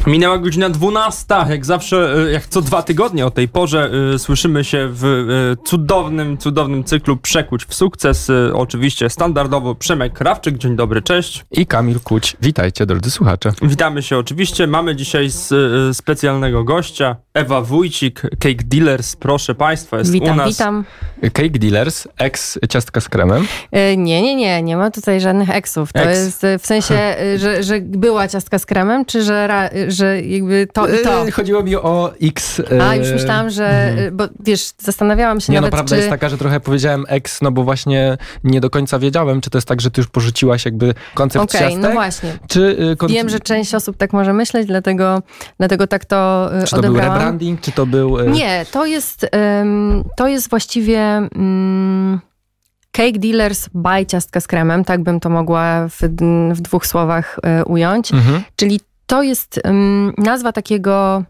Minęła godzina 12, jak zawsze, jak co 2 tygodnie o tej porze słyszymy się w cudownym cyklu Przekuć w sukces. Oczywiście standardowo Przemek Krawczyk, dzień dobry, cześć. I Kamil Kuć, witajcie drodzy słuchacze. Witamy się oczywiście, mamy dzisiaj specjalnego gościa, Ewa Wójcik, Cake Dealers, proszę Państwa, jest u nas. Witam. Cake Dealers, ex ciastka z kremem. Nie ma tutaj żadnych eksów. To jest w sensie, że była ciastka z kremem, czy że jakby to i to. Chodziło mi o X. Już myślałam, że, bo wiesz, zastanawiałam się nawet, prawda jest taka, że trochę powiedziałem ex, no bo właśnie nie do końca wiedziałem, czy to jest tak, że ty już porzuciłaś jakby koncept ciastek. No właśnie. Czy Wiem, że część osób tak może myśleć, dlatego tak to odebrałam. Czy to był rebranding, czy to był... Nie, to jest właściwie... Cake Dealers by ciastka z kremem, tak bym to mogła w 2 słowach ująć. Czyli to jest nazwa takiego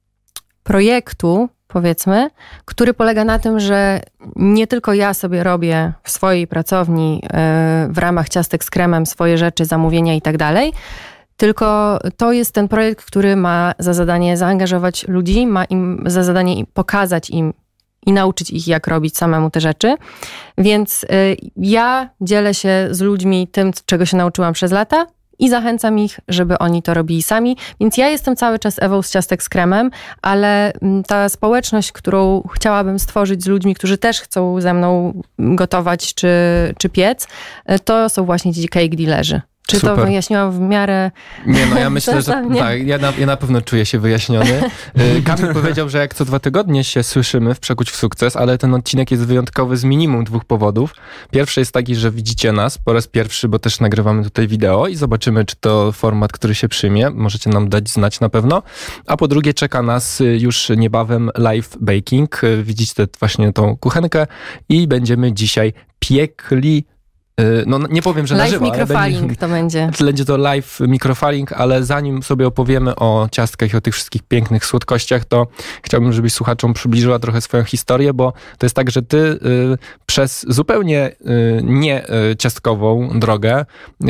projektu, powiedzmy, który polega na tym, że nie tylko ja sobie robię w swojej pracowni w ramach ciastek z kremem swoje rzeczy, zamówienia i tak dalej, tylko to jest ten projekt, który ma za zadanie zaangażować ludzi, ma im za zadanie pokazać im i nauczyć ich, jak robić samemu te rzeczy. Więc ja dzielę się z ludźmi tym, czego się nauczyłam przez lata i zachęcam ich, żeby oni to robili sami. Więc ja jestem cały czas Ewą z ciastek z kremem, ale ta społeczność, którą chciałabym stworzyć z ludźmi, którzy też chcą ze mną gotować czy piec, to są właśnie ci Cake Dealerzy. Czy Super. To wyjaśniłam w miarę... Nie, no ja myślę, że tak, ja na pewno czuję się wyjaśniony. Kamil powiedział, że jak co 2 tygodnie się słyszymy w Przekuć w sukces, ale ten odcinek jest wyjątkowy z minimum 2 powodów. Pierwszy jest taki, że widzicie nas po raz pierwszy, bo też nagrywamy tutaj wideo i zobaczymy, czy to format, który się przyjmie. Możecie nam dać znać na pewno. A po drugie czeka nas już niebawem live baking. Widzicie właśnie tą kuchenkę i będziemy dzisiaj piekli. No nie powiem, że na żywo. Live microfaling to będzie. Będzie to live microfaling, ale zanim sobie opowiemy o ciastkach i o tych wszystkich pięknych słodkościach, to chciałbym, żebyś słuchaczom przybliżyła trochę swoją historię, bo to jest tak, że ty przez zupełnie nie ciastkową drogę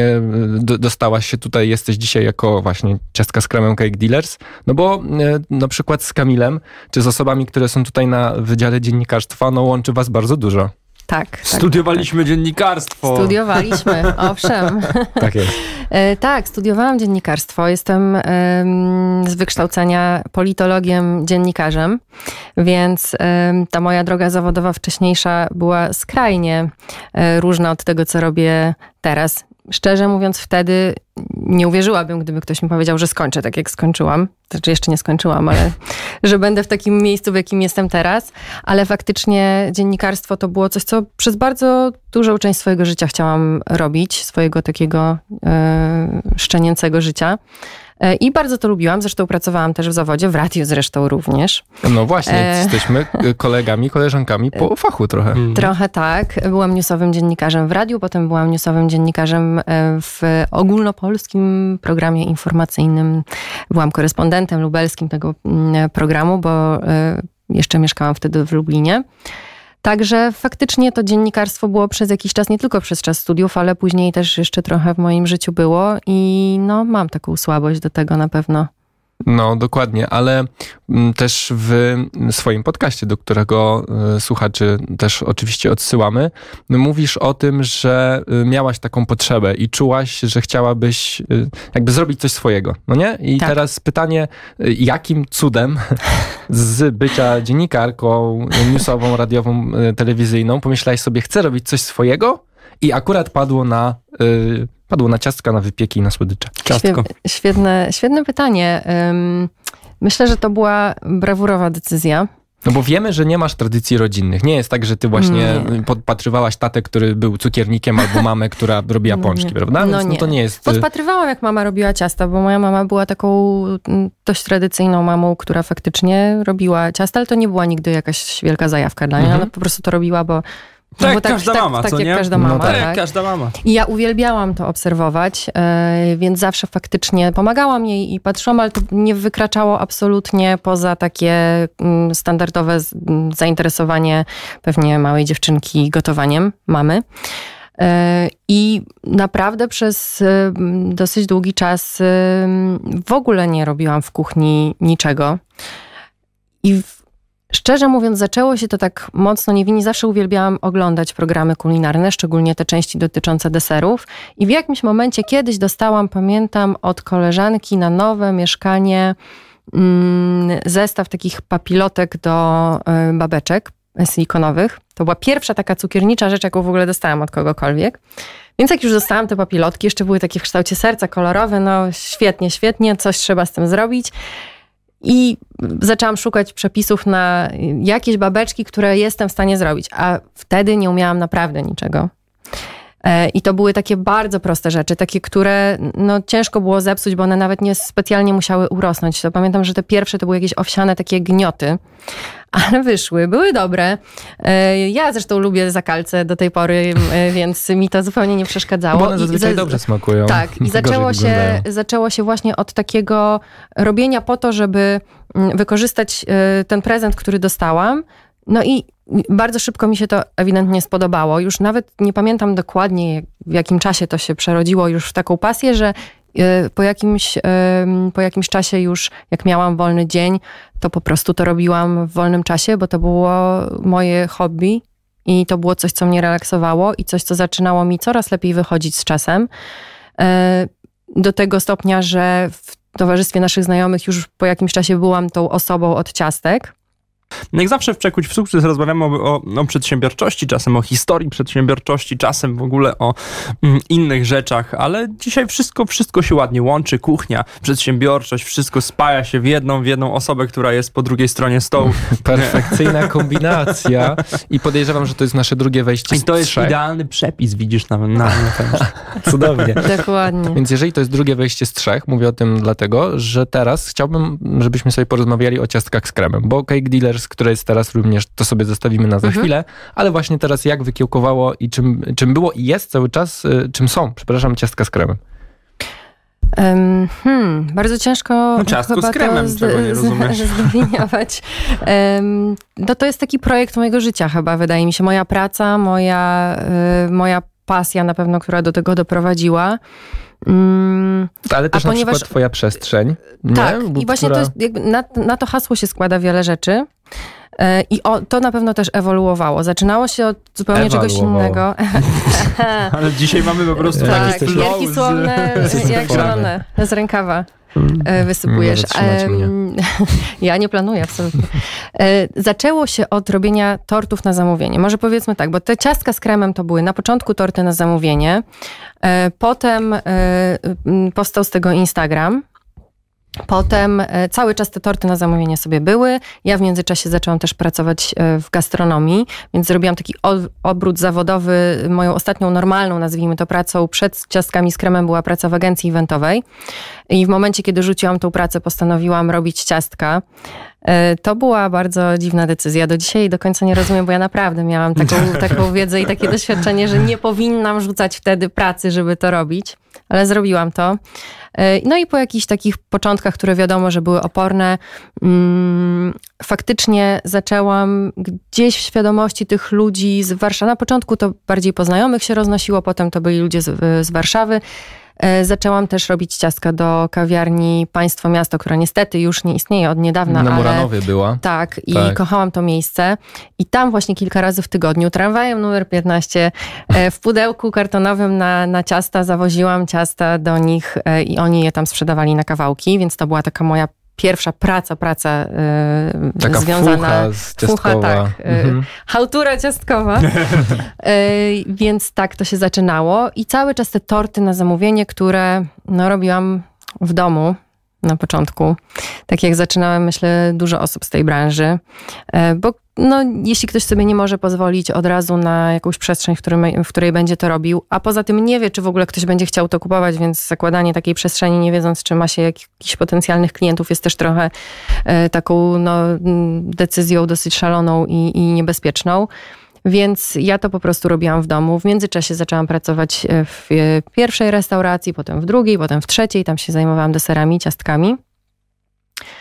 dostałaś się tutaj, jesteś dzisiaj jako właśnie ciastka z kremem Cake Dealers, no bo na przykład z Kamilem, czy z osobami, które są tutaj na Wydziale Dziennikarstwa, no łączy was bardzo dużo. Tak. Studiowaliśmy dziennikarstwo. Studiowaliśmy, owszem. Tak jest. Tak, studiowałam dziennikarstwo. Jestem z wykształcenia politologiem, dziennikarzem, więc ta moja droga zawodowa wcześniejsza była skrajnie różna od tego, co robię teraz. Szczerze mówiąc, wtedy nie uwierzyłabym, gdyby ktoś mi powiedział, że skończę tak, jak skończyłam. Znaczy jeszcze nie skończyłam, ale że będę w takim miejscu, w jakim jestem teraz. Ale faktycznie dziennikarstwo to było coś, co przez bardzo dużą część swojego życia chciałam robić. Swojego takiego szczenięcego życia. I bardzo to lubiłam. Zresztą pracowałam też w zawodzie, w radiu zresztą również. No właśnie, jesteśmy kolegami, koleżankami po fachu trochę. Trochę tak. Byłam newsowym dziennikarzem w radiu, potem byłam newsowym dziennikarzem w ogólnopolskim programie informacyjnym. Byłam korespondentem lubelskim tego programu, bo jeszcze mieszkałam wtedy w Lublinie. Także faktycznie to dziennikarstwo było przez jakiś czas, nie tylko przez czas studiów, ale później też jeszcze trochę w moim życiu było i no mam taką słabość do tego na pewno. No dokładnie, ale też w swoim podcaście, do którego słuchaczy też oczywiście odsyłamy, mówisz o tym, że miałaś taką potrzebę i czułaś, że chciałabyś jakby zrobić coś swojego, no nie? I tak. Teraz pytanie, jakim cudem z bycia dziennikarką newsową, radiową, telewizyjną pomyślałaś sobie, chcę robić coś swojego i akurat padło na ciastka, na wypieki i na słodycze. Ciastko. Świetne pytanie. Myślę, że to była brawurowa decyzja. No bo wiemy, że nie masz tradycji rodzinnych. Nie jest tak, że ty właśnie podpatrywałaś tatę, który był cukiernikiem, albo mamę, która robiła pączki, prawda? No więc nie. To nie jest... Podpatrywałam, jak mama robiła ciasta, bo moja mama była taką dość tradycyjną mamą, która faktycznie robiła ciasta, ale to nie była nigdy jakaś wielka zajawka dla niej. Ona po prostu to robiła, bo tak, każda mama, co nie? Jak każda mama, tak jak każda mama. I ja uwielbiałam to obserwować, więc zawsze faktycznie pomagałam jej i patrzyłam, ale to nie wykraczało absolutnie poza takie standardowe zainteresowanie pewnie małej dziewczynki gotowaniem mamy. I naprawdę przez dosyć długi czas w ogóle nie robiłam w kuchni niczego. I szczerze mówiąc, zaczęło się to tak mocno niewinnie. Zawsze uwielbiałam oglądać programy kulinarne, szczególnie te części dotyczące deserów. I w jakimś momencie kiedyś dostałam, pamiętam, od koleżanki na nowe mieszkanie zestaw takich papilotek do babeczek silikonowych. To była pierwsza taka cukiernicza rzecz, jaką w ogóle dostałam od kogokolwiek. Więc jak już dostałam te papilotki, jeszcze były takie w kształcie serca, kolorowe, no świetnie, coś trzeba z tym zrobić. I zaczęłam szukać przepisów na jakieś babeczki, które jestem w stanie zrobić. A wtedy nie umiałam naprawdę niczego. I to były takie bardzo proste rzeczy, takie, które no, ciężko było zepsuć, bo one nawet nie specjalnie musiały urosnąć. To pamiętam, że te pierwsze to były jakieś owsiane takie gnioty, ale wyszły, były dobre. Ja zresztą lubię zakalce do tej pory, więc mi to zupełnie nie przeszkadzało. Bo one zazwyczaj dobrze smakują. Tak, i zaczęło się właśnie od takiego robienia po to, żeby wykorzystać ten prezent, który dostałam. No i bardzo szybko mi się to ewidentnie spodobało. Już nawet nie pamiętam dokładnie, w jakim czasie to się przerodziło już w taką pasję, że po jakimś czasie już, jak miałam wolny dzień, to po prostu to robiłam w wolnym czasie, bo to było moje hobby i to było coś, co mnie relaksowało i coś, co zaczynało mi coraz lepiej wychodzić z czasem. Do tego stopnia, że w towarzystwie naszych znajomych już po jakimś czasie byłam tą osobą od ciastek. Jak zawsze w Przekuć w sukces rozmawiamy o przedsiębiorczości, czasem o historii przedsiębiorczości, czasem w ogóle o innych rzeczach, ale dzisiaj wszystko się ładnie łączy. Kuchnia, przedsiębiorczość, wszystko spaja się w jedną osobę, która jest po drugiej stronie stołu. Perfekcyjna kombinacja i podejrzewam, że to jest nasze drugie wejście z I to jest trzech. idealny przepis, widzisz na Cudownie. Dokładnie. Więc jeżeli to jest drugie wejście z trzech, mówię o tym dlatego, że teraz chciałbym, żebyśmy sobie porozmawiali o ciastkach z kremem, bo Cake Dealers, które jest teraz również, to sobie zostawimy na za chwilę, ale właśnie teraz jak wykiełkowało i czym było i jest cały czas, czym są, ciastka z kremem. Bardzo ciężko ciastko chyba z kremem, czego nie rozumiesz. zdefiniować. No to jest taki projekt mojego życia chyba, wydaje mi się. Moja praca, moja pasja na pewno, która do tego doprowadziła. Ale też na przykład twoja przestrzeń. Nie? Tak, i właśnie to jest, jakby na to hasło się składa wiele rzeczy. I to na pewno też ewoluowało. Zaczynało się od zupełnie czegoś innego. Ale dzisiaj mamy po prostu tak, taki flow. wielki słowne, jak szalone, z rękawa wysypujesz. Ja nie planuję absolutnie. Zaczęło się od robienia tortów na zamówienie. Może powiedzmy tak, bo te ciastka z kremem to były na początku torty na zamówienie, potem powstał z tego Instagram. Potem cały czas te torty na zamówienie sobie były. Ja w międzyczasie zaczęłam też pracować w gastronomii, więc zrobiłam taki obrót zawodowy. Moją ostatnią normalną, nazwijmy to, pracą przed ciastkami z kremem była praca w agencji eventowej. I w momencie, kiedy rzuciłam tą pracę, postanowiłam robić ciastka. To była bardzo dziwna decyzja. Do dzisiaj do końca nie rozumiem, bo ja naprawdę miałam taką wiedzę i takie doświadczenie, że nie powinnam rzucać wtedy pracy, żeby to robić. Ale zrobiłam to. No i po jakichś takich początkach, które wiadomo, że były oporne, faktycznie zaczęłam gdzieś w świadomości tych ludzi z Warszawy. Na początku to bardziej po znajomych się roznosiło, potem to byli ludzie z Warszawy. Zaczęłam też robić ciastka do kawiarni Państwo Miasto, która niestety już nie istnieje od niedawna. Na Muranowie była. Tak, i kochałam to miejsce. I tam właśnie kilka razy w tygodniu tramwajem numer 15 w pudełku kartonowym na ciasta zawoziłam ciasta do nich i oni je tam sprzedawali na kawałki, więc to była taka moja pierwsza praca taka związana... Fucha, tak. Chałtura ciastkowa. Więc tak to się zaczynało. I cały czas te torty na zamówienie, które robiłam w domu na początku. Tak jak zaczynałem, myślę, dużo osób z tej branży. Bo jeśli ktoś sobie nie może pozwolić od razu na jakąś przestrzeń, w której będzie to robił, a poza tym nie wie, czy w ogóle ktoś będzie chciał to kupować, więc zakładanie takiej przestrzeni, nie wiedząc, czy ma się jakichś potencjalnych klientów, jest też trochę taką decyzją dosyć szaloną i niebezpieczną. Więc ja to po prostu robiłam w domu. W międzyczasie zaczęłam pracować w pierwszej restauracji, potem w drugiej, potem w trzeciej. Tam się zajmowałam deserami, ciastkami.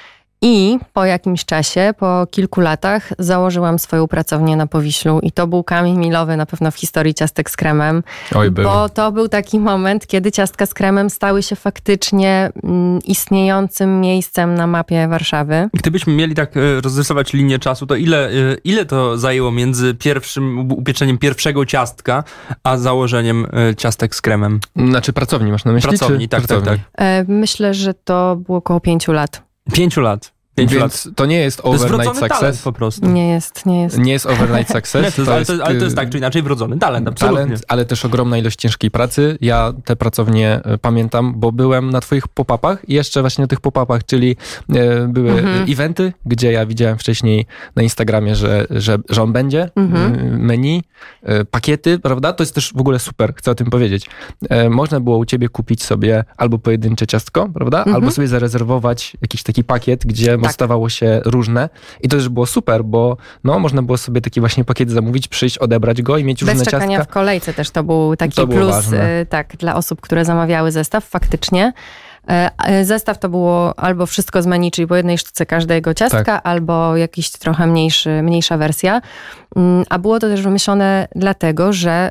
I po jakimś czasie, po kilku latach założyłam swoją pracownię na Powiślu i to był kamień milowy na pewno w historii ciastek z kremem. Oj, był. Bo to był taki moment, kiedy ciastka z kremem stały się faktycznie istniejącym miejscem na mapie Warszawy. Gdybyśmy mieli tak rozrysować linię czasu, to ile to zajęło między upieczeniem pierwszego ciastka, a założeniem ciastek z kremem? Znaczy pracowni masz na myśli? Pracowni, tak. Myślę, że to było około 5 lat. 5 lat. Więc to nie jest overnight success. Po prostu. Nie jest. Nie jest overnight success. Ale to jest tak czy inaczej wrodzony talent, absolutnie. Talent, ale też ogromna ilość ciężkiej pracy. Ja te pracownie pamiętam, bo byłem na twoich pop-upach i jeszcze właśnie na tych pop-upach, czyli były eventy, gdzie ja widziałem wcześniej na Instagramie, że on będzie, menu, pakiety, prawda? To jest też w ogóle super, chcę o tym powiedzieć. Można było u ciebie kupić sobie albo pojedyncze ciastko, prawda? Albo sobie zarezerwować jakiś taki pakiet, gdzie stawało się różne i to też było super, bo można było sobie taki właśnie pakiet zamówić, przyjść, odebrać go i mieć różne ciastka. Bez czekania w kolejce też to był taki plus dla osób, które zamawiały zestaw faktycznie. Zestaw to było albo wszystko z menu, czyli po jednej sztuce każdego ciastka, albo jakiś trochę mniejsza wersja. A było to też wymyślone dlatego, że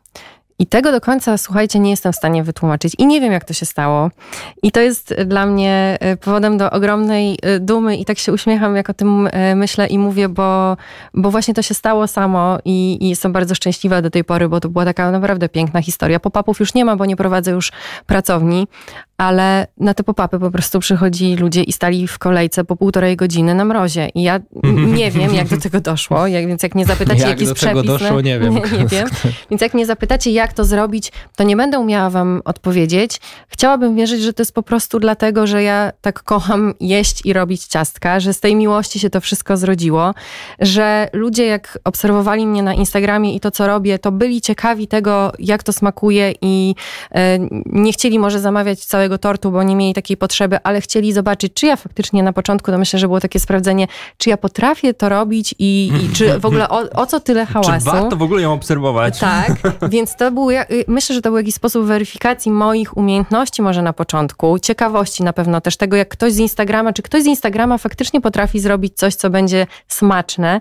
i tego do końca, słuchajcie, nie jestem w stanie wytłumaczyć. I nie wiem, jak to się stało. I to jest dla mnie powodem do ogromnej dumy i tak się uśmiecham, jak o tym myślę i mówię, bo właśnie to się stało samo i jestem bardzo szczęśliwa do tej pory, bo to była taka naprawdę piękna historia. Pop-upów już nie ma, bo nie prowadzę już pracowni, ale na te pop-upy po prostu przychodzili ludzie i stali w kolejce po 1,5 godziny na mrozie. I ja nie wiem, jak do tego doszło, więc jak mnie zapytacie, jaki jest przepis... Jak do tego doszło, nie wiem. Nie wiem. Więc jak mnie zapytacie, jak to zrobić, to nie będę umiała wam odpowiedzieć. Chciałabym wierzyć, że to jest po prostu dlatego, że ja tak kocham jeść i robić ciastka, że z tej miłości się to wszystko zrodziło, że ludzie jak obserwowali mnie na Instagramie i to, co robię, to byli ciekawi tego, jak to smakuje i nie chcieli może zamawiać całego tortu, bo nie mieli takiej potrzeby, ale chcieli zobaczyć, czy ja faktycznie na początku, to myślę, że było takie sprawdzenie, czy ja potrafię to robić i czy w ogóle o co tyle hałasu. Czy warto w ogóle ją obserwować? Tak, więc to był, myślę, że to był jakiś sposób weryfikacji moich umiejętności może na początku, ciekawości na pewno też tego, jak ktoś z Instagrama, czy ktoś z Instagrama faktycznie potrafi zrobić coś, co będzie smaczne.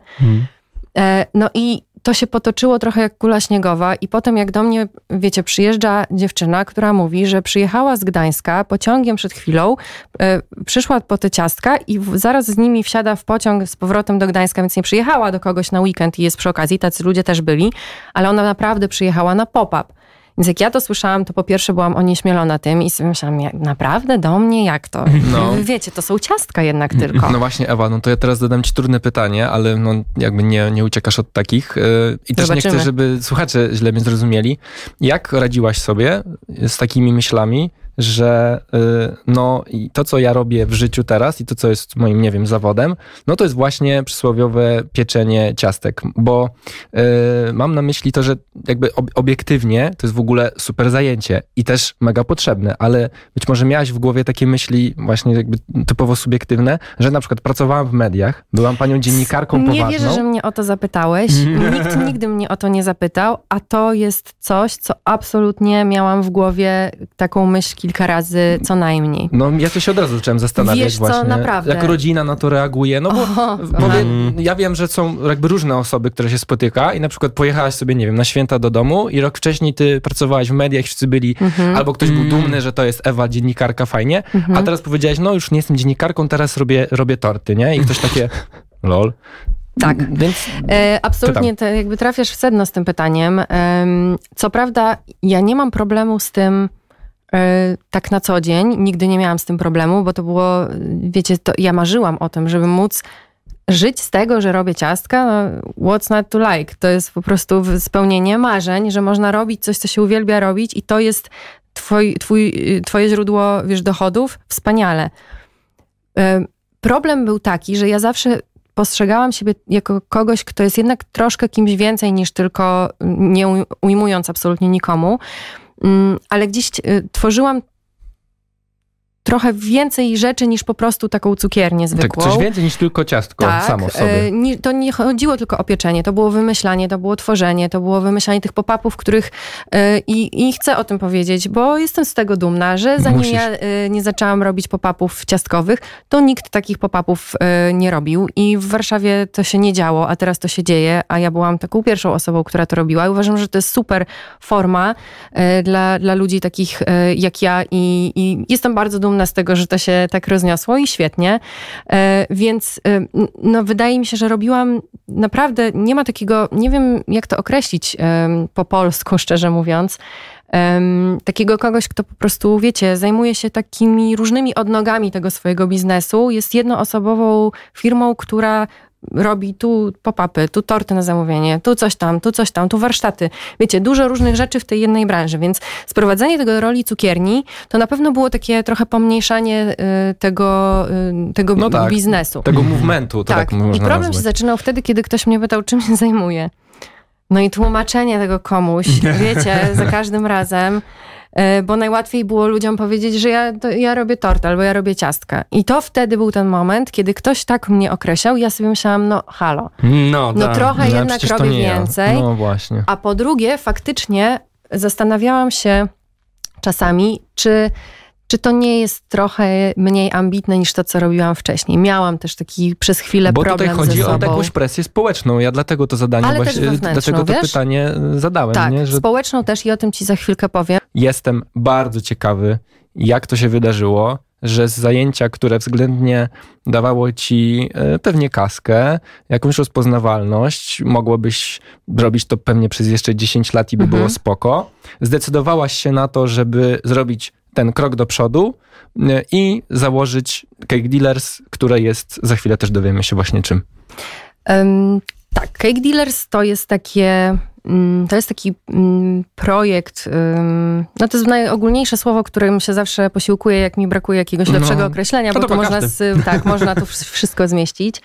No i to się potoczyło trochę jak kula śniegowa i potem jak do mnie, wiecie, przyjeżdża dziewczyna, która mówi, że przyjechała z Gdańska pociągiem przed chwilą, przyszła po te ciastka i zaraz z nimi wsiada w pociąg z powrotem do Gdańska, więc nie przyjechała do kogoś na weekend i jest przy okazji, tacy ludzie też byli, ale ona naprawdę przyjechała na pop-up. Więc jak ja to słyszałam, to po pierwsze byłam onieśmielona tym i sobie myślałam, naprawdę do mnie? Jak to? Wiecie, to są ciastka jednak tylko. No właśnie, Ewa, to ja teraz zadam ci trudne pytanie, ale jakby nie uciekasz od takich. I też Zobaczymy. nie chcę, żeby słuchacze źle mnie zrozumieli. Jak radziłaś sobie z takimi myślami, że i to, co ja robię w życiu teraz i to, co jest moim, nie wiem, zawodem, to jest właśnie przysłowiowe pieczenie ciastek, bo mam na myśli to, że jakby obiektywnie to jest w ogóle super zajęcie i też mega potrzebne, ale być może miałaś w głowie takie myśli właśnie jakby typowo subiektywne, że na przykład pracowałam w mediach, byłam panią dziennikarką poważną. Nie wierzę, że mnie o to zapytałeś. Nikt nigdy mnie o to nie zapytał, a to jest coś, co absolutnie miałam w głowie taką myśl kilka razy co najmniej. Ja to się od razu zacząłem zastanawiać. Wiesz co, właśnie, naprawdę. jak rodzina na to reaguje. Ja wiem, że są jakby różne osoby, które się spotyka i na przykład pojechałaś sobie, nie wiem, na święta do domu i rok wcześniej ty pracowałaś w mediach, wszyscy byli, albo ktoś był dumny, że to jest Ewa, dziennikarka, fajnie, a teraz powiedziałaś, już nie jestem dziennikarką, teraz robię torty, nie? I ktoś takie, lol. Tak, więc absolutnie jakby trafiasz w sedno z tym pytaniem. Co prawda, ja nie mam problemu z tym tak na co dzień. Nigdy nie miałam z tym problemu, bo to było, wiecie, ja marzyłam o tym, żeby móc żyć z tego, że robię ciastka. What's not to like? To jest po prostu spełnienie marzeń, że można robić coś, co się uwielbia robić i to jest twoje źródło, dochodów. Wspaniale. Problem był taki, że ja zawsze postrzegałam siebie jako kogoś, kto jest jednak troszkę kimś więcej niż tylko, nie ujmując absolutnie nikomu, ale gdzieś tworzyłam trochę więcej rzeczy niż po prostu taką cukiernię zwykłą. Tak, coś więcej niż tylko ciastko samo w sobie. To nie chodziło tylko o pieczenie, to było wymyślanie, to było tworzenie, to było wymyślanie tych pop-upów, których i chcę o tym powiedzieć, bo jestem z tego dumna, że zanim ja nie zaczęłam robić pop-upów ciastkowych, to nikt takich pop-upów nie robił i w Warszawie to się nie działo, a teraz to się dzieje, a ja byłam taką pierwszą osobą, która to robiła i uważam, że to jest super forma dla ludzi takich jak ja i jestem bardzo dumna z tego, że to się tak rozniosło i świetnie. Więc no, wydaje mi się, że robiłam naprawdę, nie ma takiego, nie wiem jak to określić po polsku, szczerze mówiąc, takiego kogoś, kto po prostu, wiecie, zajmuje się takimi różnymi odnogami tego swojego biznesu. Jest jednoosobową firmą, która robi tu pop-upy, tu torty na zamówienie, tu coś tam, tu warsztaty. Wiecie, dużo różnych rzeczy w tej jednej branży, więc sprowadzenie tego do roli cukierni to na pewno było takie trochę pomniejszanie tego no tak, biznesu. Tego movementu, to tak można nazwać. I problem się zaczynał wtedy, kiedy ktoś mnie pytał, czym się zajmuję. No i tłumaczenie tego komuś, wiecie, za każdym razem, bo najłatwiej było ludziom powiedzieć, że ja robię tort albo ja robię ciastka. I to wtedy był ten moment, kiedy ktoś tak mnie określał, ja sobie myślałam, no halo, trochę jednak robię więcej. No właśnie. A po drugie, faktycznie zastanawiałam się czasami, czy to nie jest trochę mniej ambitne niż to, co robiłam wcześniej. Miałam też taki przez chwilę problem ze sobą. Bo tutaj chodzi o jakąś presję społeczną. Ja dlatego to zadanie dlatego to pytanie zadałem. Tak, nie? Że społeczną też i o tym ci za chwilkę powiem. Jestem bardzo ciekawy, jak to się wydarzyło, że z zajęcia, które względnie dawało ci pewnie kaskę, jakąś rozpoznawalność, mogłabyś robić to pewnie przez jeszcze 10 lat i by było spoko, zdecydowałaś się na to, żeby zrobić ten krok do przodu i założyć Cake Dealers, które jest, za chwilę też dowiemy się właśnie czym. Tak, Cake Dealers to jest taki projekt, no to jest najogólniejsze słowo, którym się zawsze posiłkuję, jak mi brakuje jakiegoś lepszego określenia, bo to można tu wszystko zmieścić.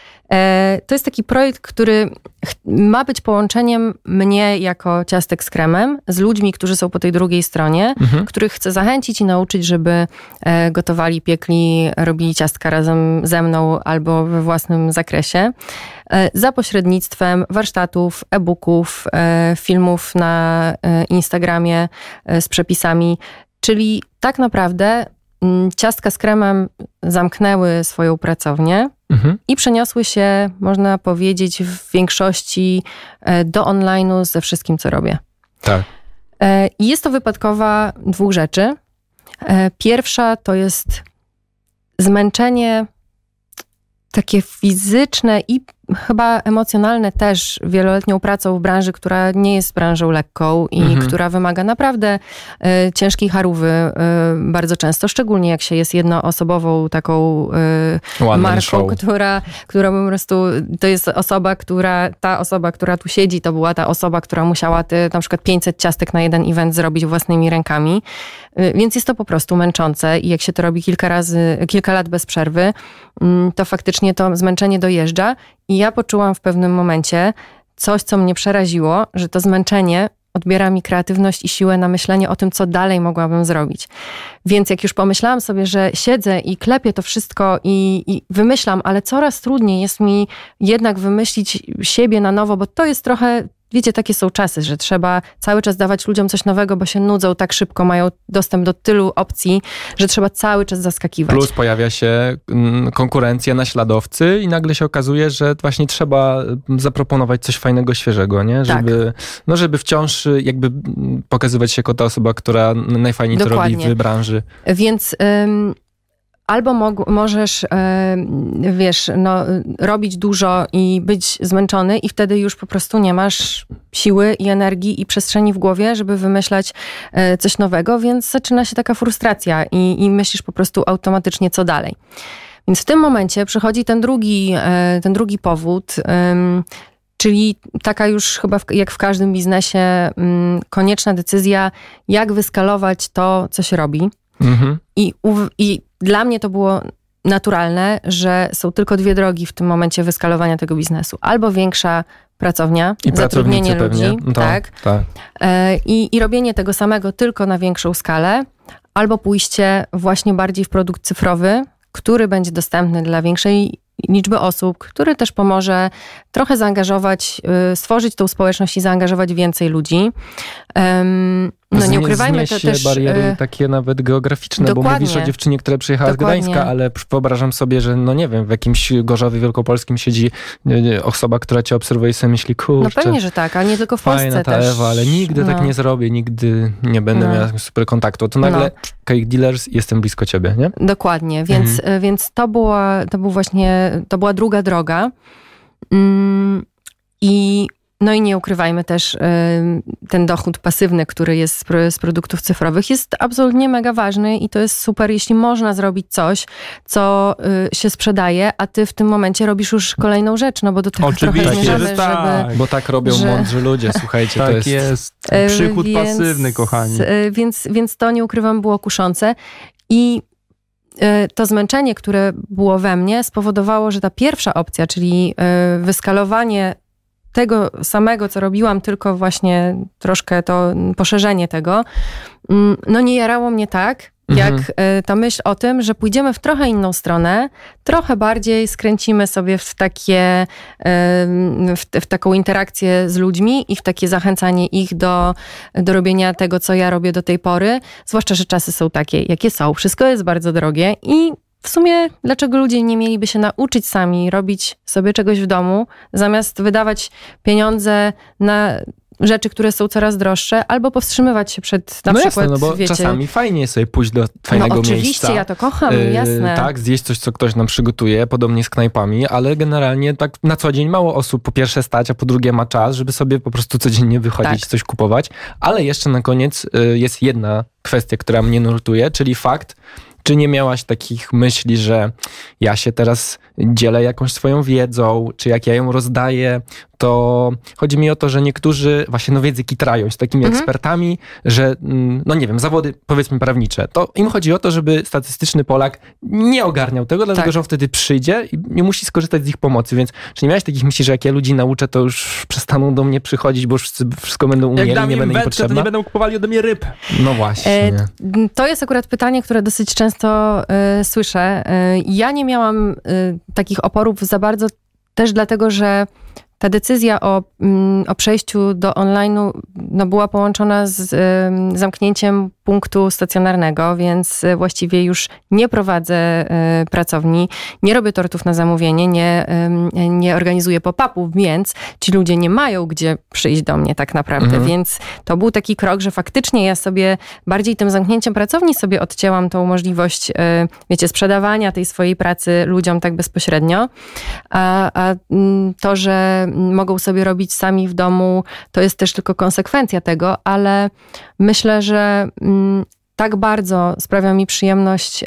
To jest taki projekt, który ma być połączeniem mnie jako ciastek z kremem z ludźmi, którzy są po tej drugiej stronie, których chcę zachęcić i nauczyć, żeby gotowali, piekli, robili ciastka razem ze mną albo we własnym zakresie. Za pośrednictwem warsztatów, e-booków, filmów na Instagramie z przepisami. Czyli tak naprawdę ciastka z kremem zamknęły swoją pracownię i przeniosły się, można powiedzieć, w większości do online'u ze wszystkim, co robię. Tak. I jest to wypadkowa dwóch rzeczy. Pierwsza to jest zmęczenie takie fizyczne i chyba emocjonalne też wieloletnią pracą w branży, która nie jest branżą lekką i która wymaga naprawdę ciężkiej charówy bardzo często, szczególnie jak się jest jednoosobową taką marką, która po prostu, to jest ta osoba, która tu siedzi, to była ta osoba, która musiała na przykład 500 ciastek na jeden event zrobić własnymi rękami, więc jest to po prostu męczące i jak się to robi kilka lat bez przerwy, to faktycznie to zmęczenie dojeżdża. I ja poczułam w pewnym momencie coś, co mnie przeraziło, że to zmęczenie odbiera mi kreatywność i siłę na myślenie o tym, co dalej mogłabym zrobić. Więc jak już pomyślałam sobie, że siedzę i klepię to wszystko i wymyślam, ale coraz trudniej jest mi jednak wymyślić siebie na nowo, bo to jest trochę, wiecie, takie są czasy, że trzeba cały czas dawać ludziom coś nowego, bo się nudzą tak szybko, mają dostęp do tylu opcji, że trzeba cały czas zaskakiwać. Plus pojawia się konkurencja, naśladowcy i nagle się okazuje, że właśnie trzeba zaproponować coś fajnego, świeżego, nie? Żeby wciąż jakby pokazywać się jako ta osoba, która najfajniej to robi w branży. Więc albo możesz, robić dużo i być zmęczony i wtedy już po prostu nie masz siły i energii i przestrzeni w głowie, żeby wymyślać coś nowego, więc zaczyna się taka frustracja i myślisz po prostu automatycznie, co dalej. Więc w tym momencie przychodzi ten drugi powód, czyli taka już chyba jak w każdym biznesie konieczna decyzja, jak wyskalować to, co się robi. I dla mnie to było naturalne, że są tylko dwie drogi w tym momencie wyskalowania tego biznesu. Albo większa pracownia, i zatrudnienie ludzi, tak. I robienie tego samego tylko na większą skalę, albo pójście właśnie bardziej w produkt cyfrowy, który będzie dostępny dla większej liczby osób, który też pomoże trochę zaangażować, stworzyć tą społeczność i zaangażować więcej ludzi. No nie ukrywajmy, to też... bariery takie nawet geograficzne, dokładnie. Bo mówisz o dziewczynie, która przyjechała z Gdańska, ale wyobrażam sobie, że no nie wiem, w jakimś Gorzowie Wielkopolskim siedzi osoba, która cię obserwuje i sobie myśli, kurczę, no pewnie, że tak, a nie tylko w Polsce fajna ta też. Ewa, ale nigdy tak nie zrobię, nigdy nie będę miała super kontaktu. To nagle Cake Dealers, jestem blisko ciebie, nie? Dokładnie, więc to była druga droga. I nie ukrywajmy też, ten dochód pasywny, który jest z produktów cyfrowych, jest absolutnie mega ważny i to jest super, jeśli można zrobić coś, co się sprzedaje, a ty w tym momencie robisz już kolejną rzecz, no bo do tego trochę zmierzamy, żeby... Bo tak robią mądrzy ludzie, słuchajcie, tak to jest... Przychód pasywny, kochani. Więc to, nie ukrywam, było kuszące i to zmęczenie, które było we mnie, spowodowało, że ta pierwsza opcja, czyli wyskalowanie tego samego, co robiłam, tylko właśnie troszkę to poszerzenie tego, nie jarało mnie tak, jak ta myśl o tym, że pójdziemy w trochę inną stronę, trochę bardziej skręcimy sobie w taką interakcję z ludźmi i w takie zachęcanie ich do robienia tego, co ja robię do tej pory, zwłaszcza, że czasy są takie, jakie są. Wszystko jest bardzo drogie i w sumie dlaczego ludzie nie mieliby się nauczyć sami robić sobie czegoś w domu, zamiast wydawać pieniądze na rzeczy, które są coraz droższe, albo powstrzymywać się przed na przykład, jasne, bo wiecie... czasami fajnie jest sobie pójść do fajnego miejsca. Oczywiście, ja to kocham, jasne. Tak, zjeść coś, co ktoś nam przygotuje, podobnie z knajpami, ale generalnie tak na co dzień mało osób po pierwsze stać, a po drugie ma czas, żeby sobie po prostu codziennie wychodzić, coś kupować. Ale jeszcze na koniec jest jedna kwestia, która mnie nurtuje, czyli fakt, czy nie miałaś takich myśli, że ja się teraz dzielę jakąś swoją wiedzą, czy jak ja ją rozdaję, to chodzi mi o to, że niektórzy właśnie wiedzy kitrają z takimi ekspertami, że nie wiem, zawody powiedzmy prawnicze, to im chodzi o to, żeby statystyczny Polak nie ogarniał tego, dlatego że on wtedy przyjdzie i nie musi skorzystać z ich pomocy, więc czy nie miałeś takich myśli, że jak ja ludzi nauczę, to już przestaną do mnie przychodzić, bo już wszystko będą umieli, jak dam nie będę im wędkę, to nie będą kupowali ode mnie ryb. No właśnie. To jest akurat pytanie, które dosyć często słyszę. Ja nie miałam takich oporów za bardzo, też dlatego, że ta decyzja o przejściu do online'u była połączona z zamknięciem punktu stacjonarnego, więc właściwie już nie prowadzę pracowni, nie robię tortów na zamówienie, nie organizuję pop-upów, więc ci ludzie nie mają gdzie przyjść do mnie tak naprawdę, więc to był taki krok, że faktycznie ja sobie bardziej tym zamknięciem pracowni sobie odcięłam tą możliwość, sprzedawania tej swojej pracy ludziom tak bezpośrednio, a to, że mogą sobie robić sami w domu, to jest też tylko konsekwencja tego, ale myślę, że tak bardzo sprawia mi przyjemność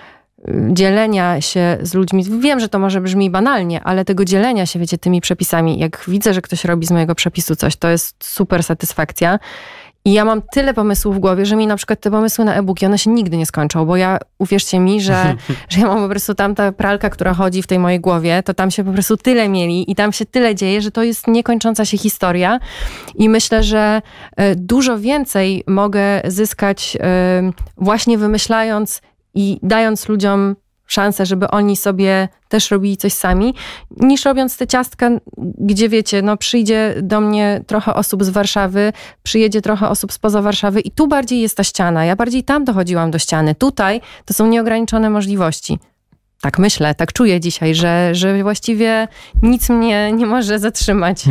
dzielenia się z ludźmi. Wiem, że to może brzmi banalnie, ale tego dzielenia się, tymi przepisami. Jak widzę, że ktoś robi z mojego przepisu coś, to jest super satysfakcja. I ja mam tyle pomysłów w głowie, że mi na przykład te pomysły na e-booki, one się nigdy nie skończą, bo uwierzcie mi, że ja mam po prostu tamta pralka, która chodzi w tej mojej głowie, to tam się po prostu tyle mieli i tam się tyle dzieje, że to jest niekończąca się historia i myślę, że dużo więcej mogę zyskać właśnie wymyślając i dając ludziom szansę, żeby oni sobie też robili coś sami, niż robiąc te ciastka, gdzie przyjdzie do mnie trochę osób z Warszawy, przyjedzie trochę osób spoza Warszawy i tu bardziej jest ta ściana. Ja bardziej tam dochodziłam do ściany. Tutaj to są nieograniczone możliwości. Tak myślę, tak czuję dzisiaj, że właściwie nic mnie nie może zatrzymać.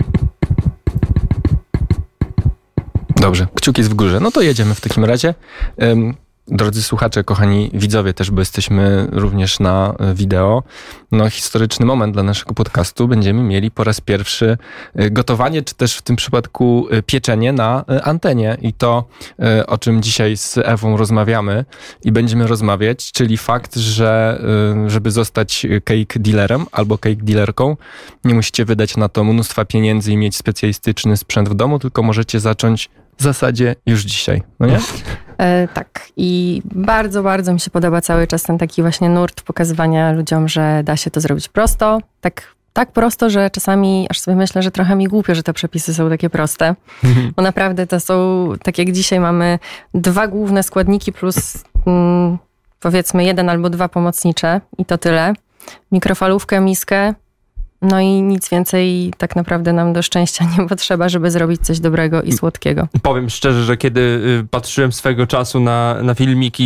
Dobrze, kciuk jest w górze. No to jedziemy w takim razie. Drodzy słuchacze, kochani widzowie też, bo jesteśmy również na wideo. Historyczny moment dla naszego podcastu. Będziemy mieli po raz pierwszy gotowanie, czy też w tym przypadku pieczenie na antenie. I to, o czym dzisiaj z Ewą rozmawiamy i będziemy rozmawiać, czyli fakt, że żeby zostać cake dealerem albo cake dealerką, nie musicie wydać na to mnóstwa pieniędzy i mieć specjalistyczny sprzęt w domu, tylko możecie zacząć w zasadzie już dzisiaj, no nie? Tak. I bardzo, bardzo mi się podoba cały czas ten taki właśnie nurt pokazywania ludziom, że da się to zrobić prosto. Tak tak prosto, że czasami aż sobie myślę, że trochę mi głupio, że te przepisy są takie proste. Bo naprawdę to są, tak jak dzisiaj mamy 2 główne składniki plus powiedzmy 1 albo 2 pomocnicze i to tyle. Mikrofalówkę, miskę, no i nic więcej tak naprawdę nam do szczęścia nie potrzeba, żeby zrobić coś dobrego i słodkiego. Powiem szczerze, że kiedy patrzyłem swego czasu na filmiki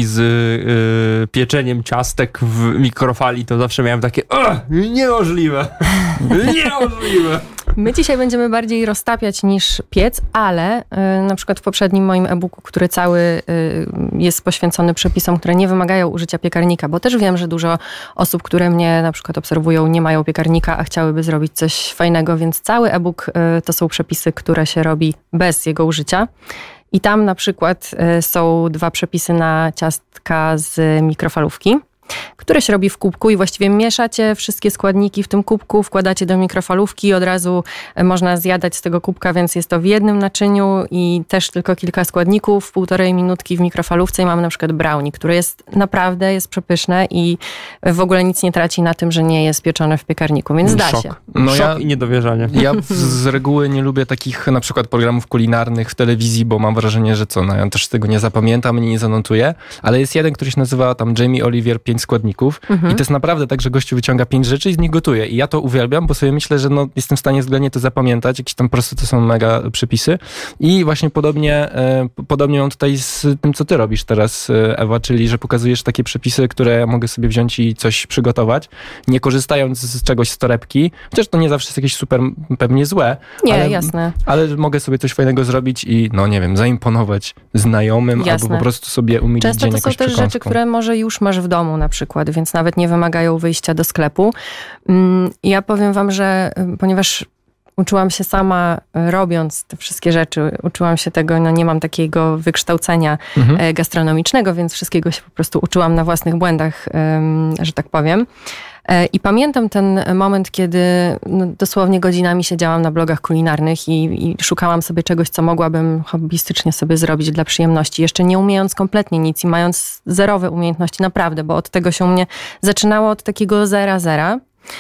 z pieczeniem ciastek w mikrofali, to zawsze miałem takie niemożliwe. Niemożliwe. My dzisiaj będziemy bardziej roztapiać niż piec, ale na przykład w poprzednim moim e-booku, który cały jest poświęcony przepisom, które nie wymagają użycia piekarnika, bo też wiem, że dużo osób, które mnie na przykład obserwują, nie mają piekarnika, a chciałyby zrobić coś fajnego, więc cały e-book to są przepisy, które się robi bez jego użycia. I tam na przykład są 2 przepisy na ciastka z mikrofalówki, które się robi w kubku i właściwie mieszacie wszystkie składniki w tym kubku, wkładacie do mikrofalówki i od razu można zjadać z tego kubka, więc jest to w jednym naczyniu i też tylko kilka składników, 1,5 minutki w mikrofalówce i mamy na przykład brownie, które jest przepyszne i w ogóle nic nie traci na tym, że nie jest pieczone w piekarniku, więc da się. Szok i niedowierzanie. Ja z reguły nie lubię takich na przykład programów kulinarnych w telewizji, bo mam wrażenie, że ja też tego nie zapamiętam, nie zanotuję, ale jest jeden, który się nazywa tam Jamie Oliver 5 składników i to jest naprawdę tak, że gościu wyciąga 5 rzeczy i z nich gotuje. I ja to uwielbiam, bo sobie myślę, że jestem w stanie względnie to zapamiętać. Jakieś tam proste to są mega przepisy. I właśnie podobnie mam tutaj z tym, co ty robisz teraz, Ewa, czyli że pokazujesz takie przepisy, które ja mogę sobie wziąć i coś przygotować, nie korzystając z czegoś z torebki. Chociaż to nie zawsze jest jakieś super pewnie złe. Nie, jasne. Ale mogę sobie coś fajnego zrobić i nie wiem, zaimponować znajomym albo po prostu sobie umilić dzień jakąś Często to są też rzeczy, które może już masz w domu na przykład, więc nawet nie wymagają wyjścia do sklepu. Ja powiem wam, że ponieważ uczyłam się sama robiąc te wszystkie rzeczy, uczyłam się tego, nie mam takiego wykształcenia gastronomicznego, więc wszystkiego się po prostu uczyłam na własnych błędach, że tak powiem. I pamiętam ten moment, kiedy dosłownie godzinami siedziałam na blogach kulinarnych i szukałam sobie czegoś, co mogłabym hobbystycznie sobie zrobić dla przyjemności, jeszcze nie umiejąc kompletnie nic i mając zerowe umiejętności, naprawdę, bo od tego się u mnie zaczynało, od takiego zera.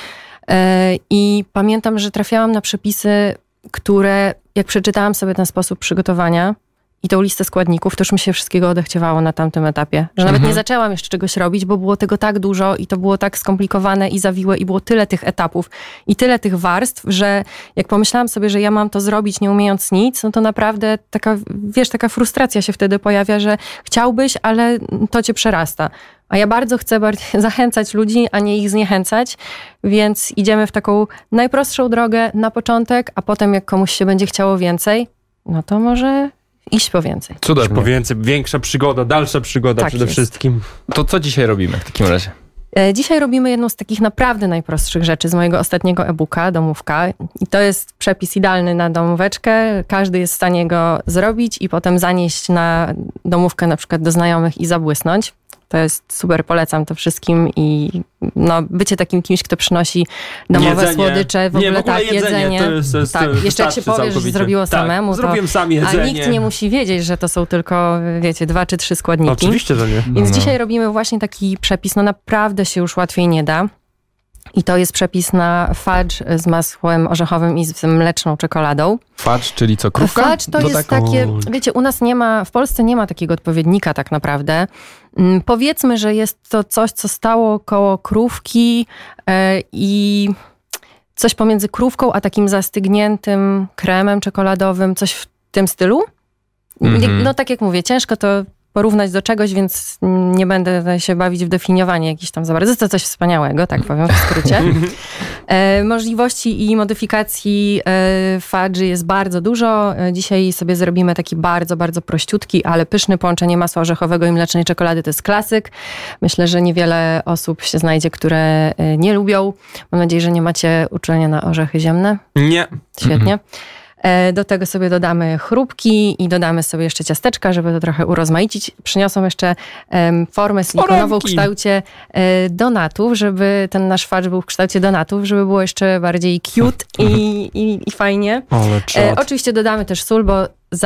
I pamiętam, że trafiałam na przepisy, które jak przeczytałam sobie ten sposób przygotowania i tą listę składników, to już mi się wszystkiego odechciewało na tamtym etapie. Że nawet nie zaczęłam jeszcze czegoś robić, bo było tego tak dużo i to było tak skomplikowane i zawiłe i było tyle tych etapów i tyle tych warstw, że jak pomyślałam sobie, że ja mam to zrobić nie umiejąc nic, to naprawdę taka frustracja się wtedy pojawia, że chciałbyś, ale to cię przerasta. A ja bardzo chcę zachęcać ludzi, a nie ich zniechęcać, więc idziemy w taką najprostszą drogę na początek, a potem jak komuś się będzie chciało więcej, to może iść po więcej. Cudownie. Iść po więcej, większa przygoda, dalsza przygoda tak przede jest. wszystkim. To co dzisiaj robimy w takim razie? Dzisiaj robimy jedną z takich naprawdę najprostszych rzeczy z mojego ostatniego e-booka, Domówka. I to jest przepis idealny na domóweczkę. Każdy jest w stanie go zrobić i potem zanieść na domówkę na przykład do znajomych i zabłysnąć. To jest super, polecam to wszystkim i bycie takim kimś, kto przynosi domowe słodycze, w ogóle tak, jedzenie. To jest tak, jeszcze jak się powiesz, że zrobiło samemu, zrobiłem sam jedzenie. A nikt nie musi wiedzieć, że to są tylko, 2 czy 3 składniki. Oczywiście, że nie. Więc dzisiaj robimy właśnie taki przepis, naprawdę się już łatwiej nie da. I to jest przepis na fudge z masłem orzechowym i z mleczną czekoladą. Fudge, czyli co, krówka? Fudge to jest takie, wiecie, u nas w Polsce nie ma takiego odpowiednika tak naprawdę. Powiedzmy, że jest to coś, co stało koło krówki i coś pomiędzy krówką, a takim zastygniętym kremem czekoladowym, coś w tym stylu. Tak jak mówię, ciężko to porównać do czegoś, więc nie będę się bawić w definiowanie jakichś tam za bardzo. Jest to coś wspaniałego, tak powiem w skrócie. Możliwości i modyfikacji fudge'y jest bardzo dużo. Dzisiaj sobie zrobimy taki bardzo, bardzo prościutki, ale pyszny połączenie masła orzechowego i mlecznej czekolady. To jest klasyk. Myślę, że niewiele osób się znajdzie, które nie lubią. Mam nadzieję, że nie macie uczulenia na orzechy ziemne. Nie. Świetnie. Do tego sobie dodamy chrupki i dodamy sobie jeszcze ciasteczka, żeby to trochę urozmaicić. Przyniosą jeszcze formę silikonową w kształcie donatów, żeby ten nasz fudge był w kształcie donatów, żeby było jeszcze bardziej cute i fajnie. Oczywiście dodamy też sól, bo